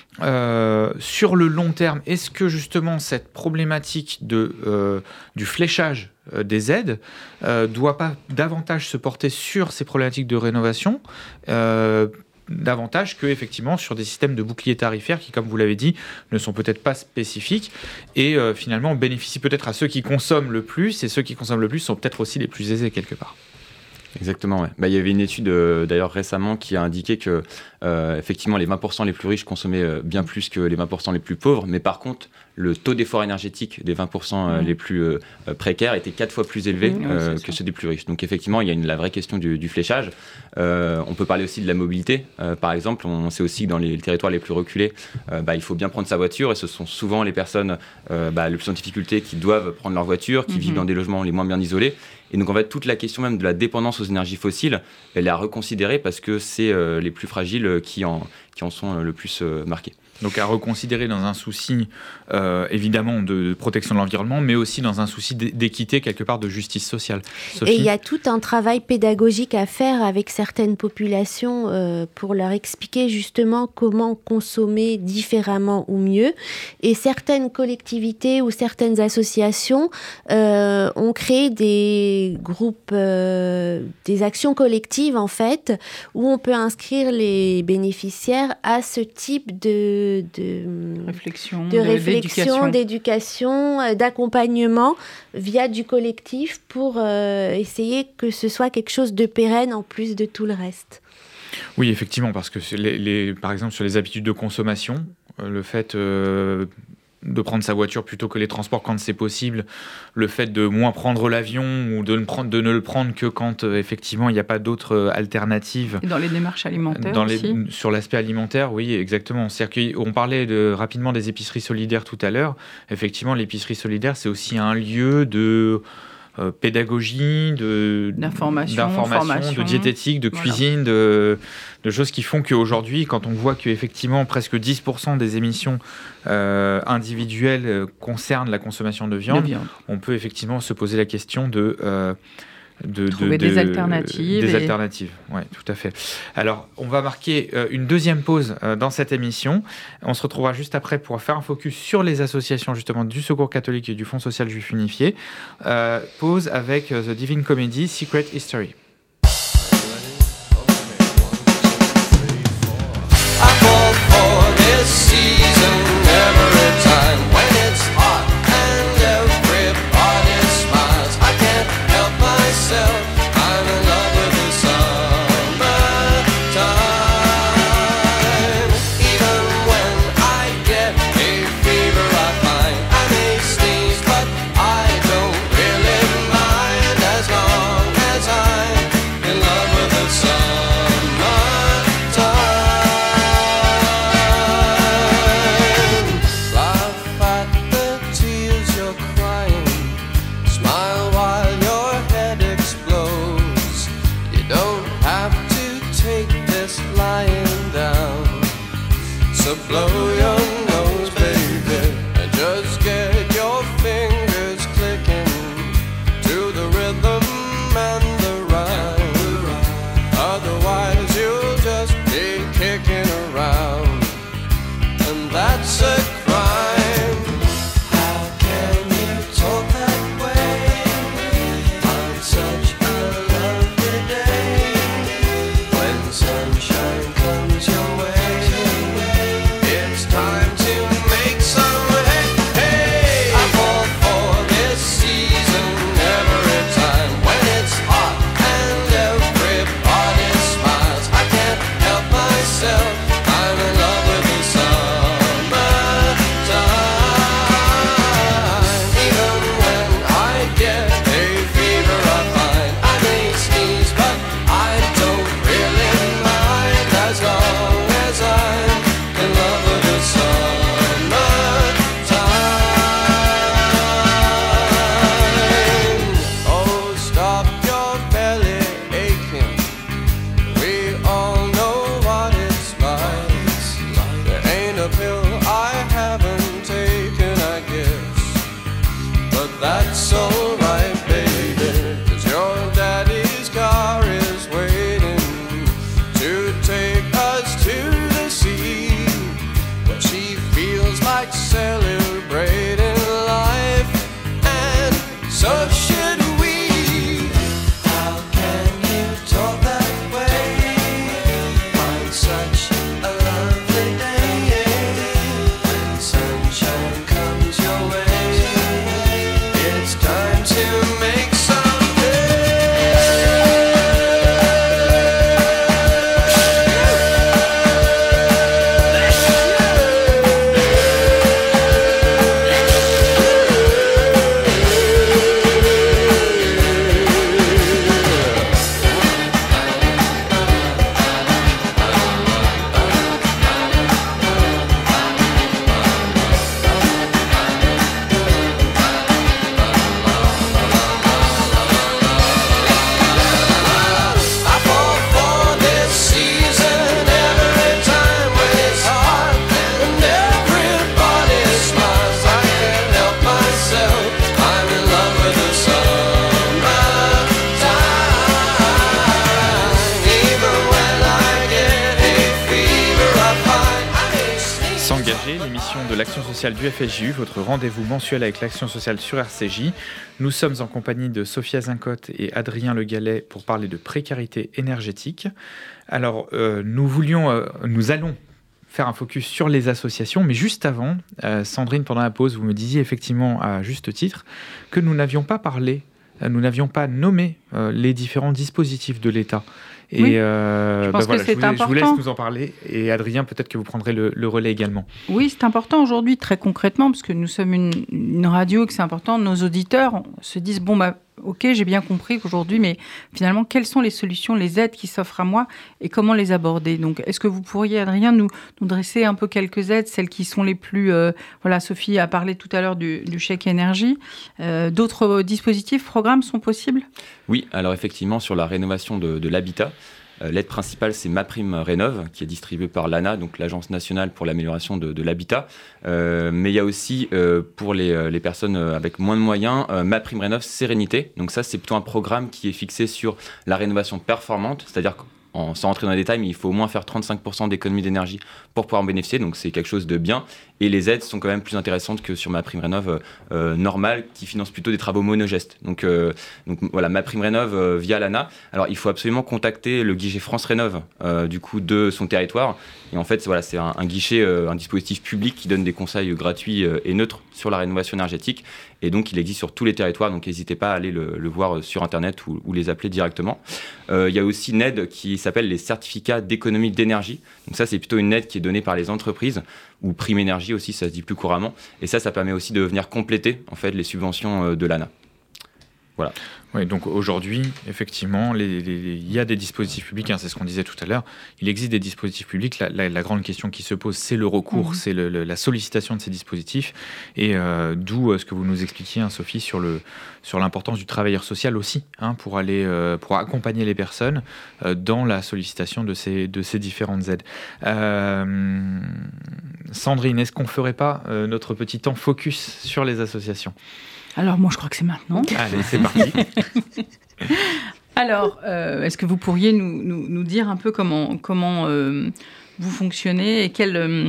[SPEAKER 2] euh, sur le long terme, est-ce que, justement, cette problématique de, euh, du fléchage euh, des aides ne euh, doit pas davantage se porter sur ces problématiques de rénovation euh, davantage que effectivement sur des systèmes de boucliers tarifaires qui, comme vous l'avez dit, ne sont peut-être pas spécifiques et euh, finalement bénéficient peut-être à ceux qui consomment le plus, et ceux qui consomment le plus sont peut-être aussi les plus aisés quelque part.
[SPEAKER 4] Exactement, ouais. Bah, il y avait une étude euh, d'ailleurs récemment qui a indiqué que euh, effectivement les vingt pour cent les plus riches consommaient euh, bien plus que les vingt pour cent les plus pauvres, mais par contre le taux d'effort énergétique des vingt pour cent euh, mmh. les plus euh, précaires était quatre fois plus élevé mmh, euh, que ceux des plus riches. Donc effectivement il y a une, la vraie question du, du fléchage. Euh, on peut parler aussi de la mobilité. Euh, par exemple, on sait aussi que dans les, les territoires les plus reculés, euh, bah, il faut bien prendre sa voiture, et ce sont souvent les personnes euh, bah, les plus en difficulté qui doivent prendre leur voiture, qui mmh. vivent dans des logements les moins bien isolés. Et donc en fait toute la question même de la dépendance aux énergies fossiles, elle est à reconsidérer parce que c'est euh, les plus fragiles qui en, qui en sont euh, le plus euh, marqués.
[SPEAKER 2] Donc à reconsidérer dans un souci euh, évidemment de protection de l'environnement, mais aussi dans un souci d'équité, quelque part de justice sociale. Sophie ?
[SPEAKER 5] Et il y a tout un travail pédagogique à faire avec certaines populations euh, pour leur expliquer justement comment consommer différemment ou mieux. Et certaines collectivités ou certaines associations euh, ont créé des groupes, euh, des actions collectives en fait, où on peut inscrire les bénéficiaires à ce type de de
[SPEAKER 3] réflexion,
[SPEAKER 5] de
[SPEAKER 3] de,
[SPEAKER 5] réflexion, d'éducation, d'éducation, d'accompagnement via du collectif pour euh, essayer que ce soit quelque chose de pérenne en plus de tout le reste.
[SPEAKER 2] Oui, effectivement, parce que les, les, par exemple sur les habitudes de consommation, euh, le fait euh, de prendre sa voiture plutôt que les transports quand c'est possible, le fait de moins prendre l'avion ou de ne, prendre, de ne le prendre que quand euh, effectivement il n'y a pas d'autres euh, alternatives.
[SPEAKER 3] Et dans les démarches alimentaires
[SPEAKER 2] dans les,
[SPEAKER 3] aussi.
[SPEAKER 2] Sur l'aspect alimentaire, oui, exactement. C'est-à-dire qu'on parlait de, rapidement des épiceries solidaires tout à l'heure. Effectivement, l'épicerie solidaire, c'est aussi un lieu de... Euh, pédagogie, de,
[SPEAKER 3] d'information,
[SPEAKER 2] d'information de diététique, de cuisine, voilà. de, de choses qui font qu'aujourd'hui, quand on voit qu'effectivement presque dix pour cent des émissions euh, individuelles euh, concernent la consommation de viande, de viande, on peut effectivement se poser la question de... Euh, De,
[SPEAKER 3] trouver
[SPEAKER 2] de,
[SPEAKER 3] des
[SPEAKER 2] de,
[SPEAKER 3] alternatives.
[SPEAKER 2] Des
[SPEAKER 3] et...
[SPEAKER 2] alternatives, oui, tout à fait. Alors, on va marquer euh, une deuxième pause euh, dans cette émission. On se retrouvera juste après pour faire un focus sur les associations justement du Secours catholique et du Fonds social juif unifié. Euh, pause avec euh, The Divine Comedy, Secret History.
[SPEAKER 8] Time
[SPEAKER 2] de l'Action sociale du F S J U, votre rendez-vous mensuel avec l'Action sociale sur R C J. Nous sommes en compagnie de Sophia Zincotte et Adrien Le Gallet pour parler de précarité énergétique. Alors, euh, nous voulions, euh, nous allons faire un focus sur les associations, mais juste avant, euh, Sandrine, pendant la pause, vous me disiez effectivement à juste titre que nous n'avions pas parlé, euh, nous n'avions pas nommé euh, les différents dispositifs de l'État. Et
[SPEAKER 3] oui,
[SPEAKER 2] euh,
[SPEAKER 3] je pense
[SPEAKER 2] bah voilà,
[SPEAKER 3] que c'est
[SPEAKER 2] je, vous,
[SPEAKER 3] important.
[SPEAKER 2] je vous laisse nous en parler. Et Adrien, peut-être que vous prendrez le, le relais également.
[SPEAKER 3] Oui, c'est important aujourd'hui, très concrètement, parce que nous sommes une, une radio et que c'est important. Nos auditeurs se disent, bon, bah, ok, j'ai bien compris qu'aujourd'hui, mais finalement, quelles sont les solutions, les aides qui s'offrent à moi et comment les aborder? Donc, est-ce que vous pourriez, Adrien, nous, nous dresser un peu quelques aides, celles qui sont les plus... Euh, voilà, Sophie a parlé tout à l'heure du, du chèque énergie. Euh, d'autres dispositifs, programmes sont possibles?
[SPEAKER 4] Oui, alors effectivement, sur la rénovation de, de l'habitat, euh, l'aide principale, c'est MaPrimeRénov', qui est distribuée par l'A N A, donc l'Agence nationale pour l'amélioration de, de l'habitat. Euh, mais il y a aussi, euh, pour les, les personnes avec moins de moyens, euh, MaPrimeRénov' Sérénité. Donc ça, c'est plutôt un programme qui est fixé sur la rénovation performante, c'est-à-dire que En, sans rentrer dans les détails, mais il faut au moins faire trente-cinq pour cent d'économie d'énergie pour pouvoir en bénéficier, donc c'est quelque chose de bien. Et les aides sont quand même plus intéressantes que sur MaPrimeRénov' euh, normale, qui finance plutôt des travaux monogestes. Donc, euh, donc voilà, MaPrimeRénov' euh, via l'A N A. Alors il faut absolument contacter le guichet France Rénov' euh, du coup de son territoire. Et en fait, voilà, c'est un, un guichet, euh, un dispositif public qui donne des conseils gratuits euh, et neutres sur la rénovation énergétique. Et donc, il existe sur tous les territoires, donc n'hésitez pas à aller le, le voir sur Internet ou, ou les appeler directement. Euh, il y a aussi une aide qui s'appelle les certificats d'économie d'énergie. Donc ça, c'est plutôt une aide qui est donnée par les entreprises, ou prime énergie aussi, ça se dit plus couramment. Et ça, ça permet aussi de venir compléter en fait, les subventions de l'A N A. Voilà.
[SPEAKER 2] Oui, donc aujourd'hui, effectivement, les, les, il y a des dispositifs publics, hein, c'est ce qu'on disait tout à l'heure, il existe des dispositifs publics, la, la, la grande question qui se pose, c'est le recours, mmh. c'est le, le, la sollicitation de ces dispositifs, et euh, d'où euh, ce que vous nous expliquiez, hein, Sophie, sur, le, sur l'importance du travailleur social aussi, hein, pour, aller, euh, pour accompagner les personnes euh, dans la sollicitation de ces, de ces différentes aides. Euh, Sandrine, est-ce qu'on ne ferait pas euh, notre petit temps focus sur les associations ?
[SPEAKER 3] Alors, moi, je crois que c'est maintenant.
[SPEAKER 2] Allez, c'est parti.
[SPEAKER 3] Alors, euh, est-ce que vous pourriez nous, nous, nous dire un peu comment, comment euh, vous fonctionnez et quel, euh,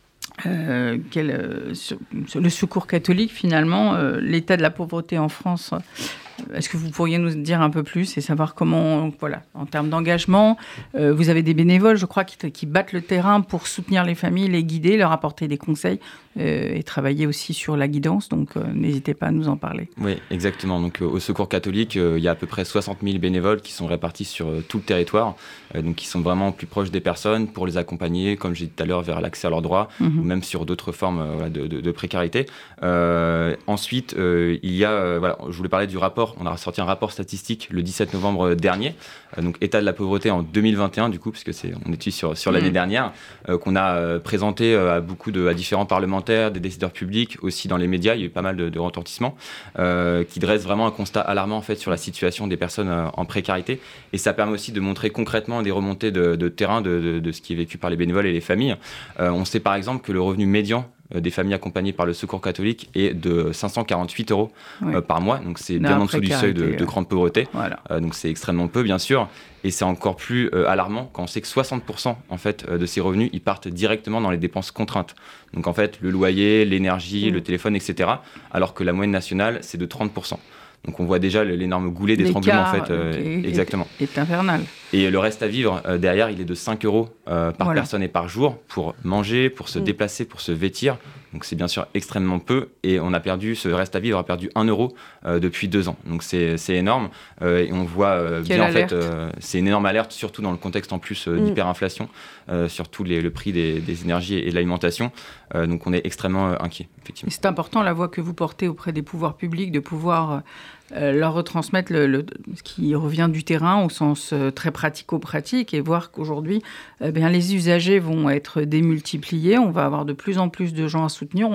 [SPEAKER 3] euh, quel euh, sur, sur le secours catholique, finalement, euh, l'état de la pauvreté en France, est-ce que vous pourriez nous dire un peu plus et savoir comment, voilà, en termes d'engagement, euh, vous avez des bénévoles, je crois, qui, qui battent le terrain pour soutenir les familles, les guider, leur apporter des conseils euh, et travailler aussi sur la guidance. Donc, euh, n'hésitez pas à nous en parler.
[SPEAKER 4] Oui, exactement. Donc, euh, au Secours catholique, euh, il y a à peu près soixante mille bénévoles qui sont répartis sur euh, tout le territoire, euh, donc qui sont vraiment plus proches des personnes pour les accompagner, comme j'ai dit tout à l'heure, vers l'accès à leurs droits, mmh. ou même sur d'autres formes euh, de, de, de précarité. Euh, ensuite, euh, il y a, euh, voilà, je voulais parler du rapport. On a sorti un rapport statistique le dix-sept novembre dernier, euh, donc état de la pauvreté en deux mille vingt et un, du coup, puisque c'est, on est sur, sur l'année mmh. dernière, euh, qu'on a euh, présenté euh, à beaucoup de, à différents parlementaires, des décideurs publics, aussi dans les médias, il y a eu pas mal de, de retentissements, euh, qui dressent vraiment un constat alarmant en fait sur la situation des personnes euh, en précarité, et ça permet aussi de montrer concrètement des remontées de, de terrain de, de, de ce qui est vécu par les bénévoles et les familles. Euh, on sait par exemple que le revenu médian des familles accompagnées par le Secours catholique est de cinq cent quarante-huit euros oui. euh, par mois, donc c'est bien en dessous du seuil de, de grande pauvreté, voilà. euh, donc c'est extrêmement peu bien sûr, et c'est encore plus euh, alarmant quand on sait que soixante pour cent en fait, euh, de ces revenus ils partent directement dans les dépenses contraintes, donc en fait le loyer, l'énergie, mmh. le téléphone, et cetera, alors que la moyenne nationale c'est de trente pour cent. Donc on voit déjà l'énorme goulet d'étranglement en fait, euh,
[SPEAKER 3] est,
[SPEAKER 2] exactement.
[SPEAKER 3] Est infernal.
[SPEAKER 4] Et le reste à vivre euh, derrière, il est de cinq euros euh, par voilà. personne et par jour pour manger, pour se mmh. déplacer, pour se vêtir. Donc c'est bien sûr extrêmement peu, et on a perdu, ce reste à vivre a perdu un euro euh, depuis deux ans. Donc c'est, c'est énorme, euh, et on voit euh, bien
[SPEAKER 3] alerte.
[SPEAKER 4] en fait, euh, c'est une énorme alerte, surtout dans le contexte en plus euh, mmh. d'hyperinflation, euh, surtout les, le prix des, des énergies et de l'alimentation. Euh, donc on est extrêmement euh, inquiet, effectivement.
[SPEAKER 3] Et c'est important la voix que vous portez auprès des pouvoirs publics, de pouvoir euh, leur retransmettre le, le, ce qui revient du terrain au sens euh, très pratico-pratique, et voir qu'aujourd'hui, euh, bien, les usagers vont être démultipliés, on va avoir de plus en plus de gens à soutenir. On,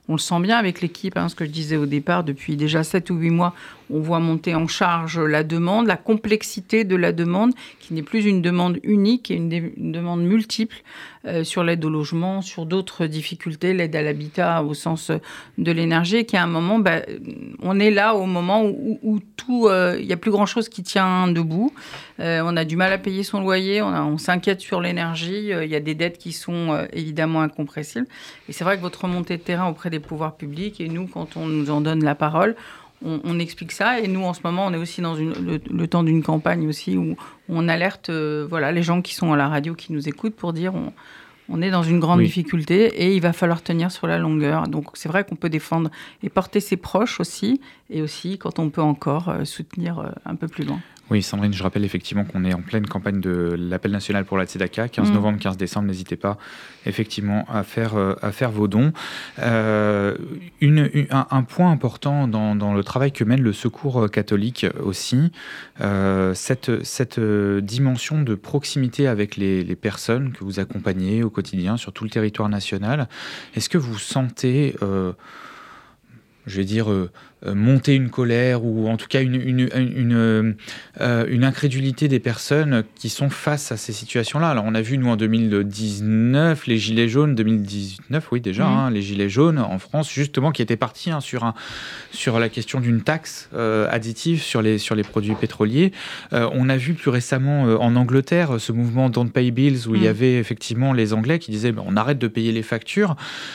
[SPEAKER 3] on le sent bien avec l'équipe, hein, ce que je disais au départ, depuis déjà sept ou huit mois, on voit monter en charge la demande, la complexité de la demande, qui n'est plus une demande unique et une, dé- une demande multiple euh, sur l'aide au logement, sur d'autres difficultés, l'aide à l'habitat au sens de l'énergie, et qu'à un moment, bah, on est là au moment où, où tout, il euh, n'y a plus grand-chose qui tient debout. Euh, on a du mal à payer son loyer, on, a, on s'inquiète sur l'énergie, il euh, y a des dettes qui sont euh, évidemment incompressibles. Et c'est vrai que votre remontée de terrain auprès des pouvoirs publics, et nous, quand on nous en donne la parole, On, on explique ça, et nous en ce moment on est aussi dans une, le, le temps d'une campagne aussi où on alerte euh, voilà, les gens qui sont à la radio, qui nous écoutent, pour dire on, on est dans une grande
[SPEAKER 2] Oui.
[SPEAKER 3] difficulté et il va falloir tenir sur la longueur. Donc c'est vrai qu'on peut défendre et porter ses proches aussi, et aussi quand on peut encore euh, soutenir euh, un peu plus loin.
[SPEAKER 2] Oui, Sandrine, je rappelle effectivement qu'on est en pleine campagne de l'appel national pour la Tzedaka, quinze
[SPEAKER 3] Mmh.
[SPEAKER 2] novembre, quinze décembre. N'hésitez pas effectivement à faire, euh, à faire vos dons. Euh, une, une- un, un point important dans, dans le travail que mène le Secours catholique aussi, euh, cette, cette euh, dimension de proximité avec les, les personnes que vous accompagnez au quotidien sur tout le territoire national. Est-ce que vous sentez... euh, je vais dire, euh, euh, monter une colère, ou en tout cas une, une, une, une, euh, une incrédulité des personnes qui sont face à ces situations-là. Alors on a vu, nous, en deux mille dix-neuf, les Gilets jaunes, deux mille dix-neuf, oui déjà,
[SPEAKER 3] Mmh.
[SPEAKER 2] hein, les Gilets jaunes en France, justement, qui étaient partis hein, sur, un, sur la question d'une taxe euh, additive sur les, sur les produits pétroliers. Euh, on a vu plus récemment euh, en Angleterre ce mouvement Don't Pay Bills, où
[SPEAKER 3] Mmh.
[SPEAKER 2] il y avait effectivement les Anglais qui disaient ben, on arrête de payer les factures.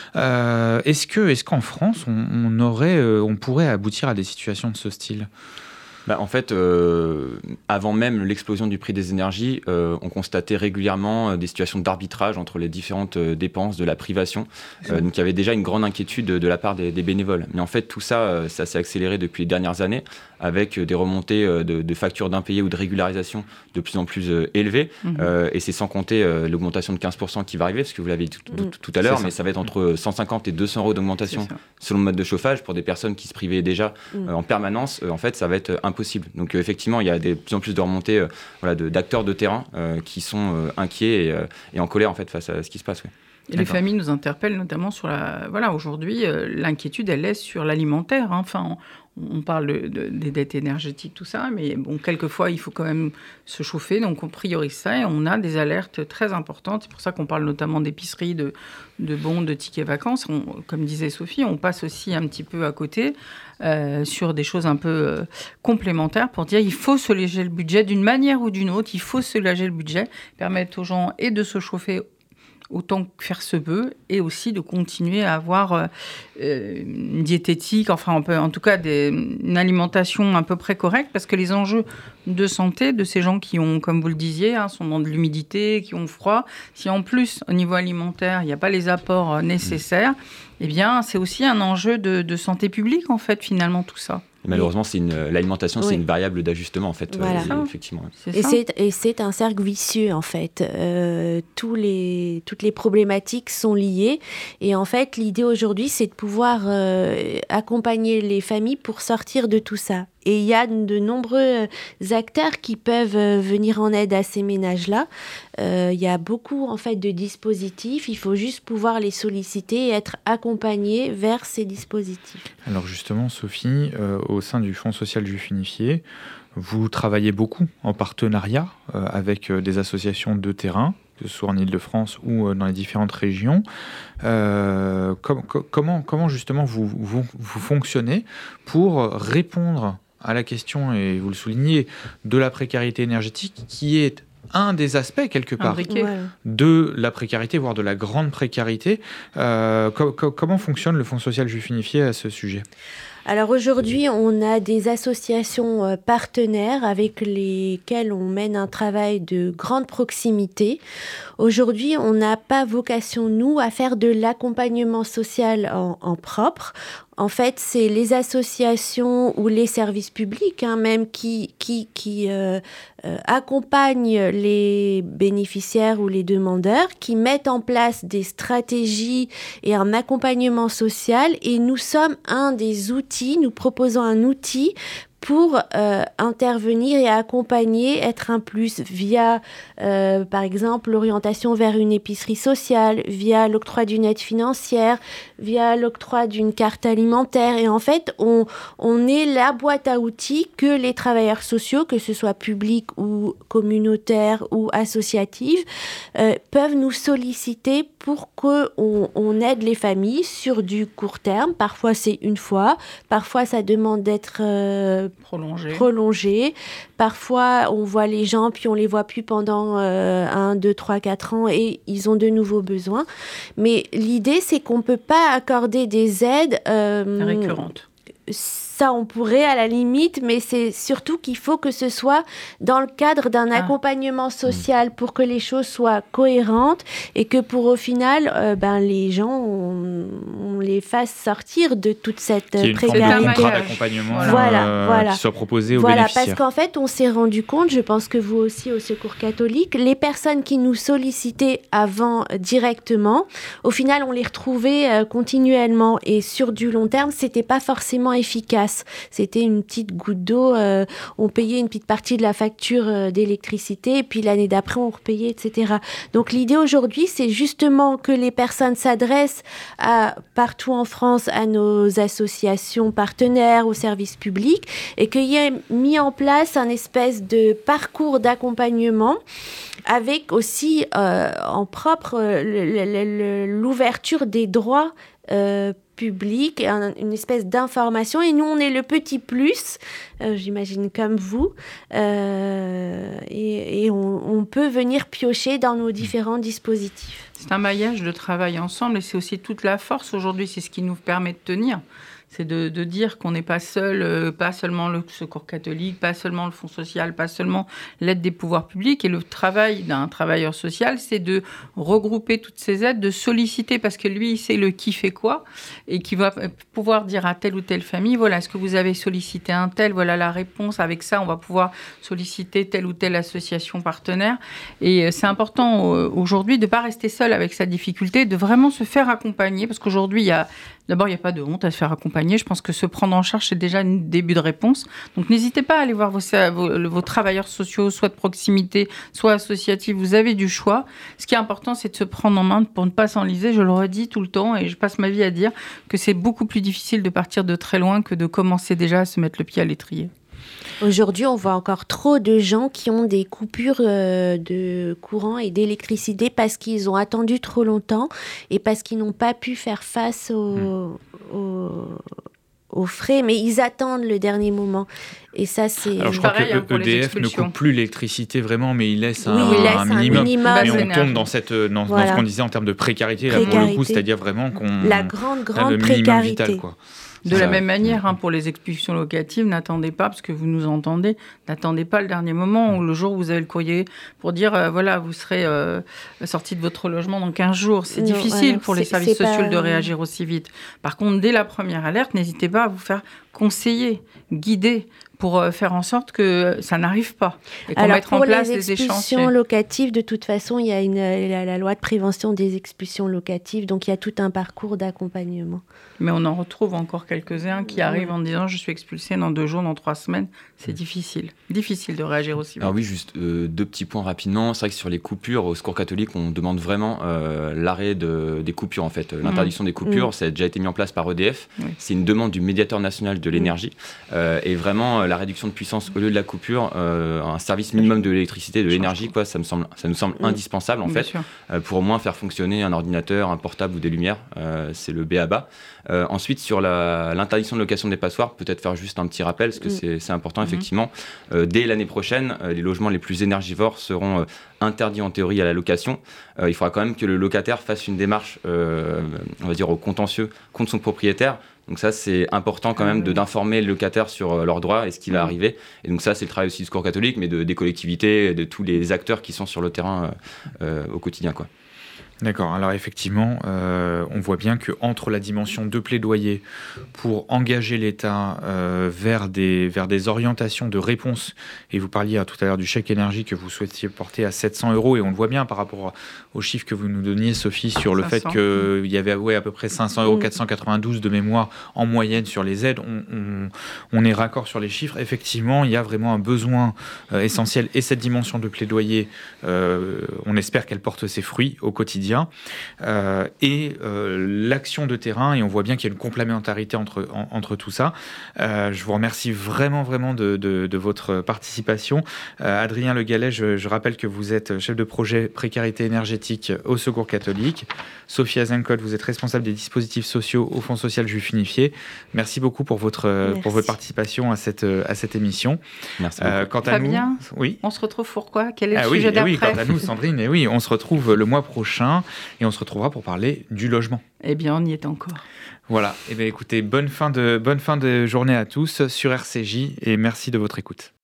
[SPEAKER 2] Euh, est-ce que, est-ce qu'en France, on, on aurait, euh, on pourrait aboutir à des situations de ce style ?
[SPEAKER 4] Bah, en fait, euh, avant même l'explosion du prix des énergies, euh, on constatait régulièrement euh, des situations d'arbitrage entre les différentes euh, dépenses de la privation. Euh, donc il y avait déjà une grande inquiétude de, de la part des, des bénévoles. Mais en fait, tout ça, euh, ça s'est accéléré depuis les dernières années, avec euh, des remontées euh, de, de factures d'impayés ou de régularisation de plus en plus euh, élevées.
[SPEAKER 3] Mmh.
[SPEAKER 4] Euh, et c'est sans compter euh, l'augmentation de quinze pour cent qui va arriver, parce que vous l'avez dit tout, tout- tout à l'heure,
[SPEAKER 2] ça.
[SPEAKER 4] mais ça va être entre cent cinquante et deux cents euros d'augmentation
[SPEAKER 3] C'est ça.
[SPEAKER 4] selon le mode de chauffage pour des personnes qui se privaient déjà
[SPEAKER 5] Mm.
[SPEAKER 4] euh, en permanence. Euh, en fait, ça va être euh, impossible. Donc euh, effectivement, il y a de plus en plus de remontées euh, voilà, de, d'acteurs de terrain euh, qui sont euh, inquiets et, euh, et en colère en fait face à ce qui se passe. Ouais.
[SPEAKER 3] Et les
[SPEAKER 2] D'accord.
[SPEAKER 3] familles nous interpellent notamment sur la... Voilà, aujourd'hui, euh, l'inquiétude, elle est sur l'alimentaire, hein. Enfin, on, on parle de, de- des dettes énergétiques, tout ça, mais bon, quelquefois, il faut quand même se chauffer, donc on priorise ça, et on a des alertes très importantes. C'est pour ça qu'on parle notamment d'épicerie, de, de bons, de tickets vacances. On- comme disait Sophie, on passe aussi un petit peu à côté euh, sur des choses un peu euh, complémentaires pour dire il faut soulager le budget d'une manière ou d'une autre, il faut soulager le budget, permettre aux gens et de se chauffer autant que faire se peut, et aussi de continuer à avoir euh, euh, une diététique, enfin on peut, en tout cas des, une alimentation à peu près correcte, parce que les enjeux de santé de ces gens qui ont, comme vous le disiez, hein, sont dans de l'humidité, qui ont froid, si en plus au niveau alimentaire il n'y a pas les apports euh, nécessaires, eh bien c'est aussi un enjeu de, de santé publique en fait finalement tout ça.
[SPEAKER 4] Et malheureusement, c'est une, l'alimentation,
[SPEAKER 5] Oui.
[SPEAKER 4] c'est une variable d'ajustement en fait.
[SPEAKER 5] Voilà.
[SPEAKER 4] euh, effectivement.
[SPEAKER 3] C'est
[SPEAKER 5] Et
[SPEAKER 3] ça.
[SPEAKER 5] c'est, et c'est un cercle vicieux, en fait. Euh, tous les, toutes les problématiques sont liées. Et en fait, l'idée aujourd'hui, c'est de pouvoir euh, accompagner les familles pour sortir de tout ça. Et il y a de nombreux acteurs qui peuvent euh, venir en aide à ces ménages-là. Euh, il y a beaucoup, en fait, de dispositifs. Il faut juste pouvoir les solliciter et être accompagnés vers ces dispositifs.
[SPEAKER 2] Alors justement, Sophie, euh, au sein du Fonds social juif unifié, vous travaillez beaucoup en partenariat euh, avec euh, des associations de terrain, que ce soit en Île-de-France ou euh, dans les différentes régions. Euh, com- co- comment, comment justement vous, vous, vous fonctionnez pour répondre à la question, et vous le soulignez, de la précarité énergétique, qui est un des aspects, quelque part,
[SPEAKER 3] Imbriqué.
[SPEAKER 5] Voilà.
[SPEAKER 2] de la précarité, voire de la grande précarité. Euh, co- co- comment fonctionne le Fonds social juif unifié à ce sujet ?
[SPEAKER 5] Alors aujourd'hui, on a des associations euh, partenaires avec lesquelles on mène un travail de grande proximité. Aujourd'hui, on n'a pas vocation, nous, à faire de l'accompagnement social en, en propre. En fait, c'est les associations ou les services publics, hein, même, qui, qui, qui euh, euh, accompagnent les bénéficiaires ou les demandeurs, qui mettent en place des stratégies et un accompagnement social. Et nous sommes un des outils, nous proposons un outil pour euh, intervenir et accompagner, être un plus via, euh, par exemple, l'orientation vers une épicerie sociale, via l'octroi d'une aide financière, via l'octroi d'une carte alimentaire. Et en fait, on, on est la boîte à outils que les travailleurs sociaux, que ce soit publics ou communautaires ou associatifs, euh, peuvent nous solliciter pour qu'on on aide les familles sur du court terme. Parfois, c'est une fois. Parfois, ça demande d'être euh,
[SPEAKER 3] prolongé.
[SPEAKER 5] prolongé. Parfois, on voit les gens, puis on les voit plus pendant euh, un, deux, trois, quatre ans et ils ont de nouveaux besoins. Mais l'idée, c'est qu'on ne peut pas accorder des aides
[SPEAKER 3] euh, récurrentes.
[SPEAKER 5] Ça, on pourrait à la limite, mais c'est surtout qu'il faut que ce soit dans le cadre d'un ah. accompagnement social pour que les choses soient cohérentes et que pour au final, euh, ben, les gens, on, on les fasse sortir de toute cette précarité.
[SPEAKER 2] Qu'il y ait une forme de contrat d'accompagnement
[SPEAKER 5] voilà,
[SPEAKER 2] euh,
[SPEAKER 5] voilà.
[SPEAKER 2] qui soit proposé aux
[SPEAKER 5] voilà,
[SPEAKER 2] bénéficiaires.
[SPEAKER 5] Parce qu'en fait, on s'est rendu compte, je pense que vous aussi au Secours catholique, les personnes qui nous sollicitaient avant euh, directement, au final, on les retrouvait euh, continuellement et sur du long terme, c'était pas forcément efficace. C'était une petite goutte d'eau, euh, on payait une petite partie de la facture euh, d'électricité, et puis l'année d'après, on repayait, et cetera. Donc l'idée aujourd'hui, c'est justement que les personnes s'adressent à, partout en France à nos associations partenaires, aux services publics, et qu'il y ait mis en place un espèce de parcours d'accompagnement avec aussi euh, en propre euh, le, le, le, l'ouverture des droits euh, public, un, une espèce d'information, et nous on est le petit plus, euh, j'imagine comme vous, euh, et, et on, on peut venir piocher dans nos différents dispositifs.
[SPEAKER 3] C'est un maillage de travail ensemble et c'est aussi toute la force aujourd'hui, c'est ce qui nous permet de tenir. C'est de, de dire qu'on n'est pas seul, euh, pas seulement le Secours catholique, pas seulement le Fonds social, pas seulement l'aide des pouvoirs publics. Et le travail d'un travailleur social, c'est de regrouper toutes ces aides, de solliciter, parce que lui, il sait le qui fait quoi, et qui va pouvoir dire à telle ou telle famille, voilà, est-ce que vous avez sollicité un tel, voilà la réponse. Avec ça, on va pouvoir solliciter telle ou telle association partenaire. Et c'est important euh, aujourd'hui de ne pas rester seul avec sa difficulté, de vraiment se faire accompagner, parce qu'aujourd'hui, il y a D'abord, il n'y a pas de honte à se faire accompagner. Je pense que se prendre en charge, c'est déjà un début de réponse. Donc, n'hésitez pas à aller voir vos, vos, vos travailleurs sociaux, soit de proximité, soit associatifs. Vous avez du choix. Ce qui est important, c'est de se prendre en main pour ne pas s'enliser. Je le redis tout le temps et je passe ma vie à dire que c'est beaucoup plus difficile de partir de très loin que de commencer déjà à se mettre le pied à l'étrier.
[SPEAKER 5] Aujourd'hui, on voit encore trop de gens qui ont des coupures euh, de courant et d'électricité parce qu'ils ont attendu trop longtemps et parce qu'ils n'ont pas pu faire face aux, aux, aux frais, mais ils attendent le dernier moment. Et ça, c'est...
[SPEAKER 2] Alors, je crois
[SPEAKER 3] pareil,
[SPEAKER 2] que
[SPEAKER 3] hein,
[SPEAKER 2] E D F ne coupe plus l'électricité vraiment, mais il laisse un,
[SPEAKER 5] oui, il laisse
[SPEAKER 2] un, minimum.
[SPEAKER 5] un minimum.
[SPEAKER 2] Mais on tombe dans, cette, dans,
[SPEAKER 5] voilà.
[SPEAKER 2] dans ce qu'on disait en termes de précarité,
[SPEAKER 5] précarité.
[SPEAKER 2] Là, pour le coup, c'est-à-dire vraiment qu'on...
[SPEAKER 5] La grande, grande
[SPEAKER 2] le
[SPEAKER 5] précarité.
[SPEAKER 2] Vital, quoi.
[SPEAKER 3] De la même manière, hein, pour les expulsions locatives, n'attendez pas, parce que vous nous entendez, n'attendez pas le dernier moment ou le jour où vous avez le courrier pour dire, euh, voilà, vous serez euh, sorti de votre logement dans quinze jours. C'est non, difficile alors, pour les services sociaux pas... de réagir aussi vite. Par contre, dès la première alerte, n'hésitez pas à vous faire conseiller, guider, pour faire en sorte que ça n'arrive pas et qu'on mette en place des échanges.
[SPEAKER 5] Pour les expulsions locatives, de toute façon, il y a une, la, la loi de prévention des expulsions locatives, donc il y a tout un parcours d'accompagnement.
[SPEAKER 3] Mais on en retrouve encore quelques-uns qui arrivent en disant « je suis expulsé dans deux jours, dans trois semaines ». C'est difficile, difficile de réagir aussi vite.
[SPEAKER 4] Alors oui, juste euh, deux petits points rapidement. C'est vrai que sur les coupures, au Secours catholique, on demande vraiment euh, l'arrêt de, des coupures, en fait. L'interdiction mmh. des coupures, mmh. ça a déjà été mis en place par E D F. Oui. C'est une demande du médiateur national de l'énergie. Mmh. Euh, et vraiment, la réduction de puissance au lieu de la coupure, euh, un service minimum de l'électricité, de l'énergie, quoi, ça, me semble, ça nous semble mmh. indispensable, en Bien fait, euh, pour au moins faire fonctionner un ordinateur, un portable ou des lumières. Euh, c'est le B A B A. Euh, ensuite, sur la, l'interdiction de location des passoires, peut-être faire juste un petit rappel, parce que mmh. c'est, c'est important, mmh. effectivement. Euh, dès l'année prochaine, euh, les logements les plus énergivores seront euh, interdits en théorie à la location. Euh, il faudra quand même que le locataire fasse une démarche, euh, on va dire, au contentieux contre son propriétaire. Donc ça, c'est important quand même de, d'informer le locataire sur euh, leurs droits et ce qui va arriver. Et donc ça, c'est le travail aussi du Secours catholique, mais de, des collectivités, de tous les acteurs qui sont sur le terrain euh, euh, au quotidien, quoi.
[SPEAKER 2] D'accord. Alors effectivement, euh, on voit bien qu'entre la dimension de plaidoyer pour engager l'État euh, vers, des, vers des orientations de réponse, et vous parliez hein, tout à l'heure du chèque énergie que vous souhaitiez porter à sept cents euros, et on le voit bien par rapport aux chiffres que vous nous donniez, Sophie, sur le
[SPEAKER 3] cinq cents.
[SPEAKER 2] fait qu'il y avait ouais, à peu près cinq cents euros, quatre cent quatre-vingt-douze de mémoire en moyenne sur les aides. On, on, on est raccord sur les chiffres. Effectivement, il y a vraiment un besoin euh, essentiel, et cette dimension de plaidoyer, euh, on espère qu'elle porte ses fruits au quotidien. Euh, et euh, l'action de terrain, et on voit bien qu'il y a une complémentarité entre, en, entre tout ça. Euh, je vous remercie vraiment, vraiment de, de, de votre participation. Euh, Adrien Le Gallais, je, je rappelle que vous êtes chef de projet précarité énergétique au Secours catholique. Sophie Azencott, vous êtes responsable des dispositifs sociaux au Fonds social juif unifié. Merci beaucoup pour votre, pour votre participation à cette, à cette émission.
[SPEAKER 4] Merci beaucoup.
[SPEAKER 2] Euh, quant à
[SPEAKER 3] Fabien,
[SPEAKER 2] nous, oui.
[SPEAKER 3] On se retrouve pour quoi? Quel est le
[SPEAKER 2] Ah oui,
[SPEAKER 3] sujet
[SPEAKER 2] et
[SPEAKER 3] d'après?
[SPEAKER 2] oui, quant à nous, Sandrine, et oui, on se retrouve le mois prochain et on se retrouvera pour parler du logement.
[SPEAKER 3] Eh bien, on y est encore.
[SPEAKER 2] Voilà. Et bien, écoutez, bonne fin de bonne fin de journée à tous sur R C J et merci de votre écoute.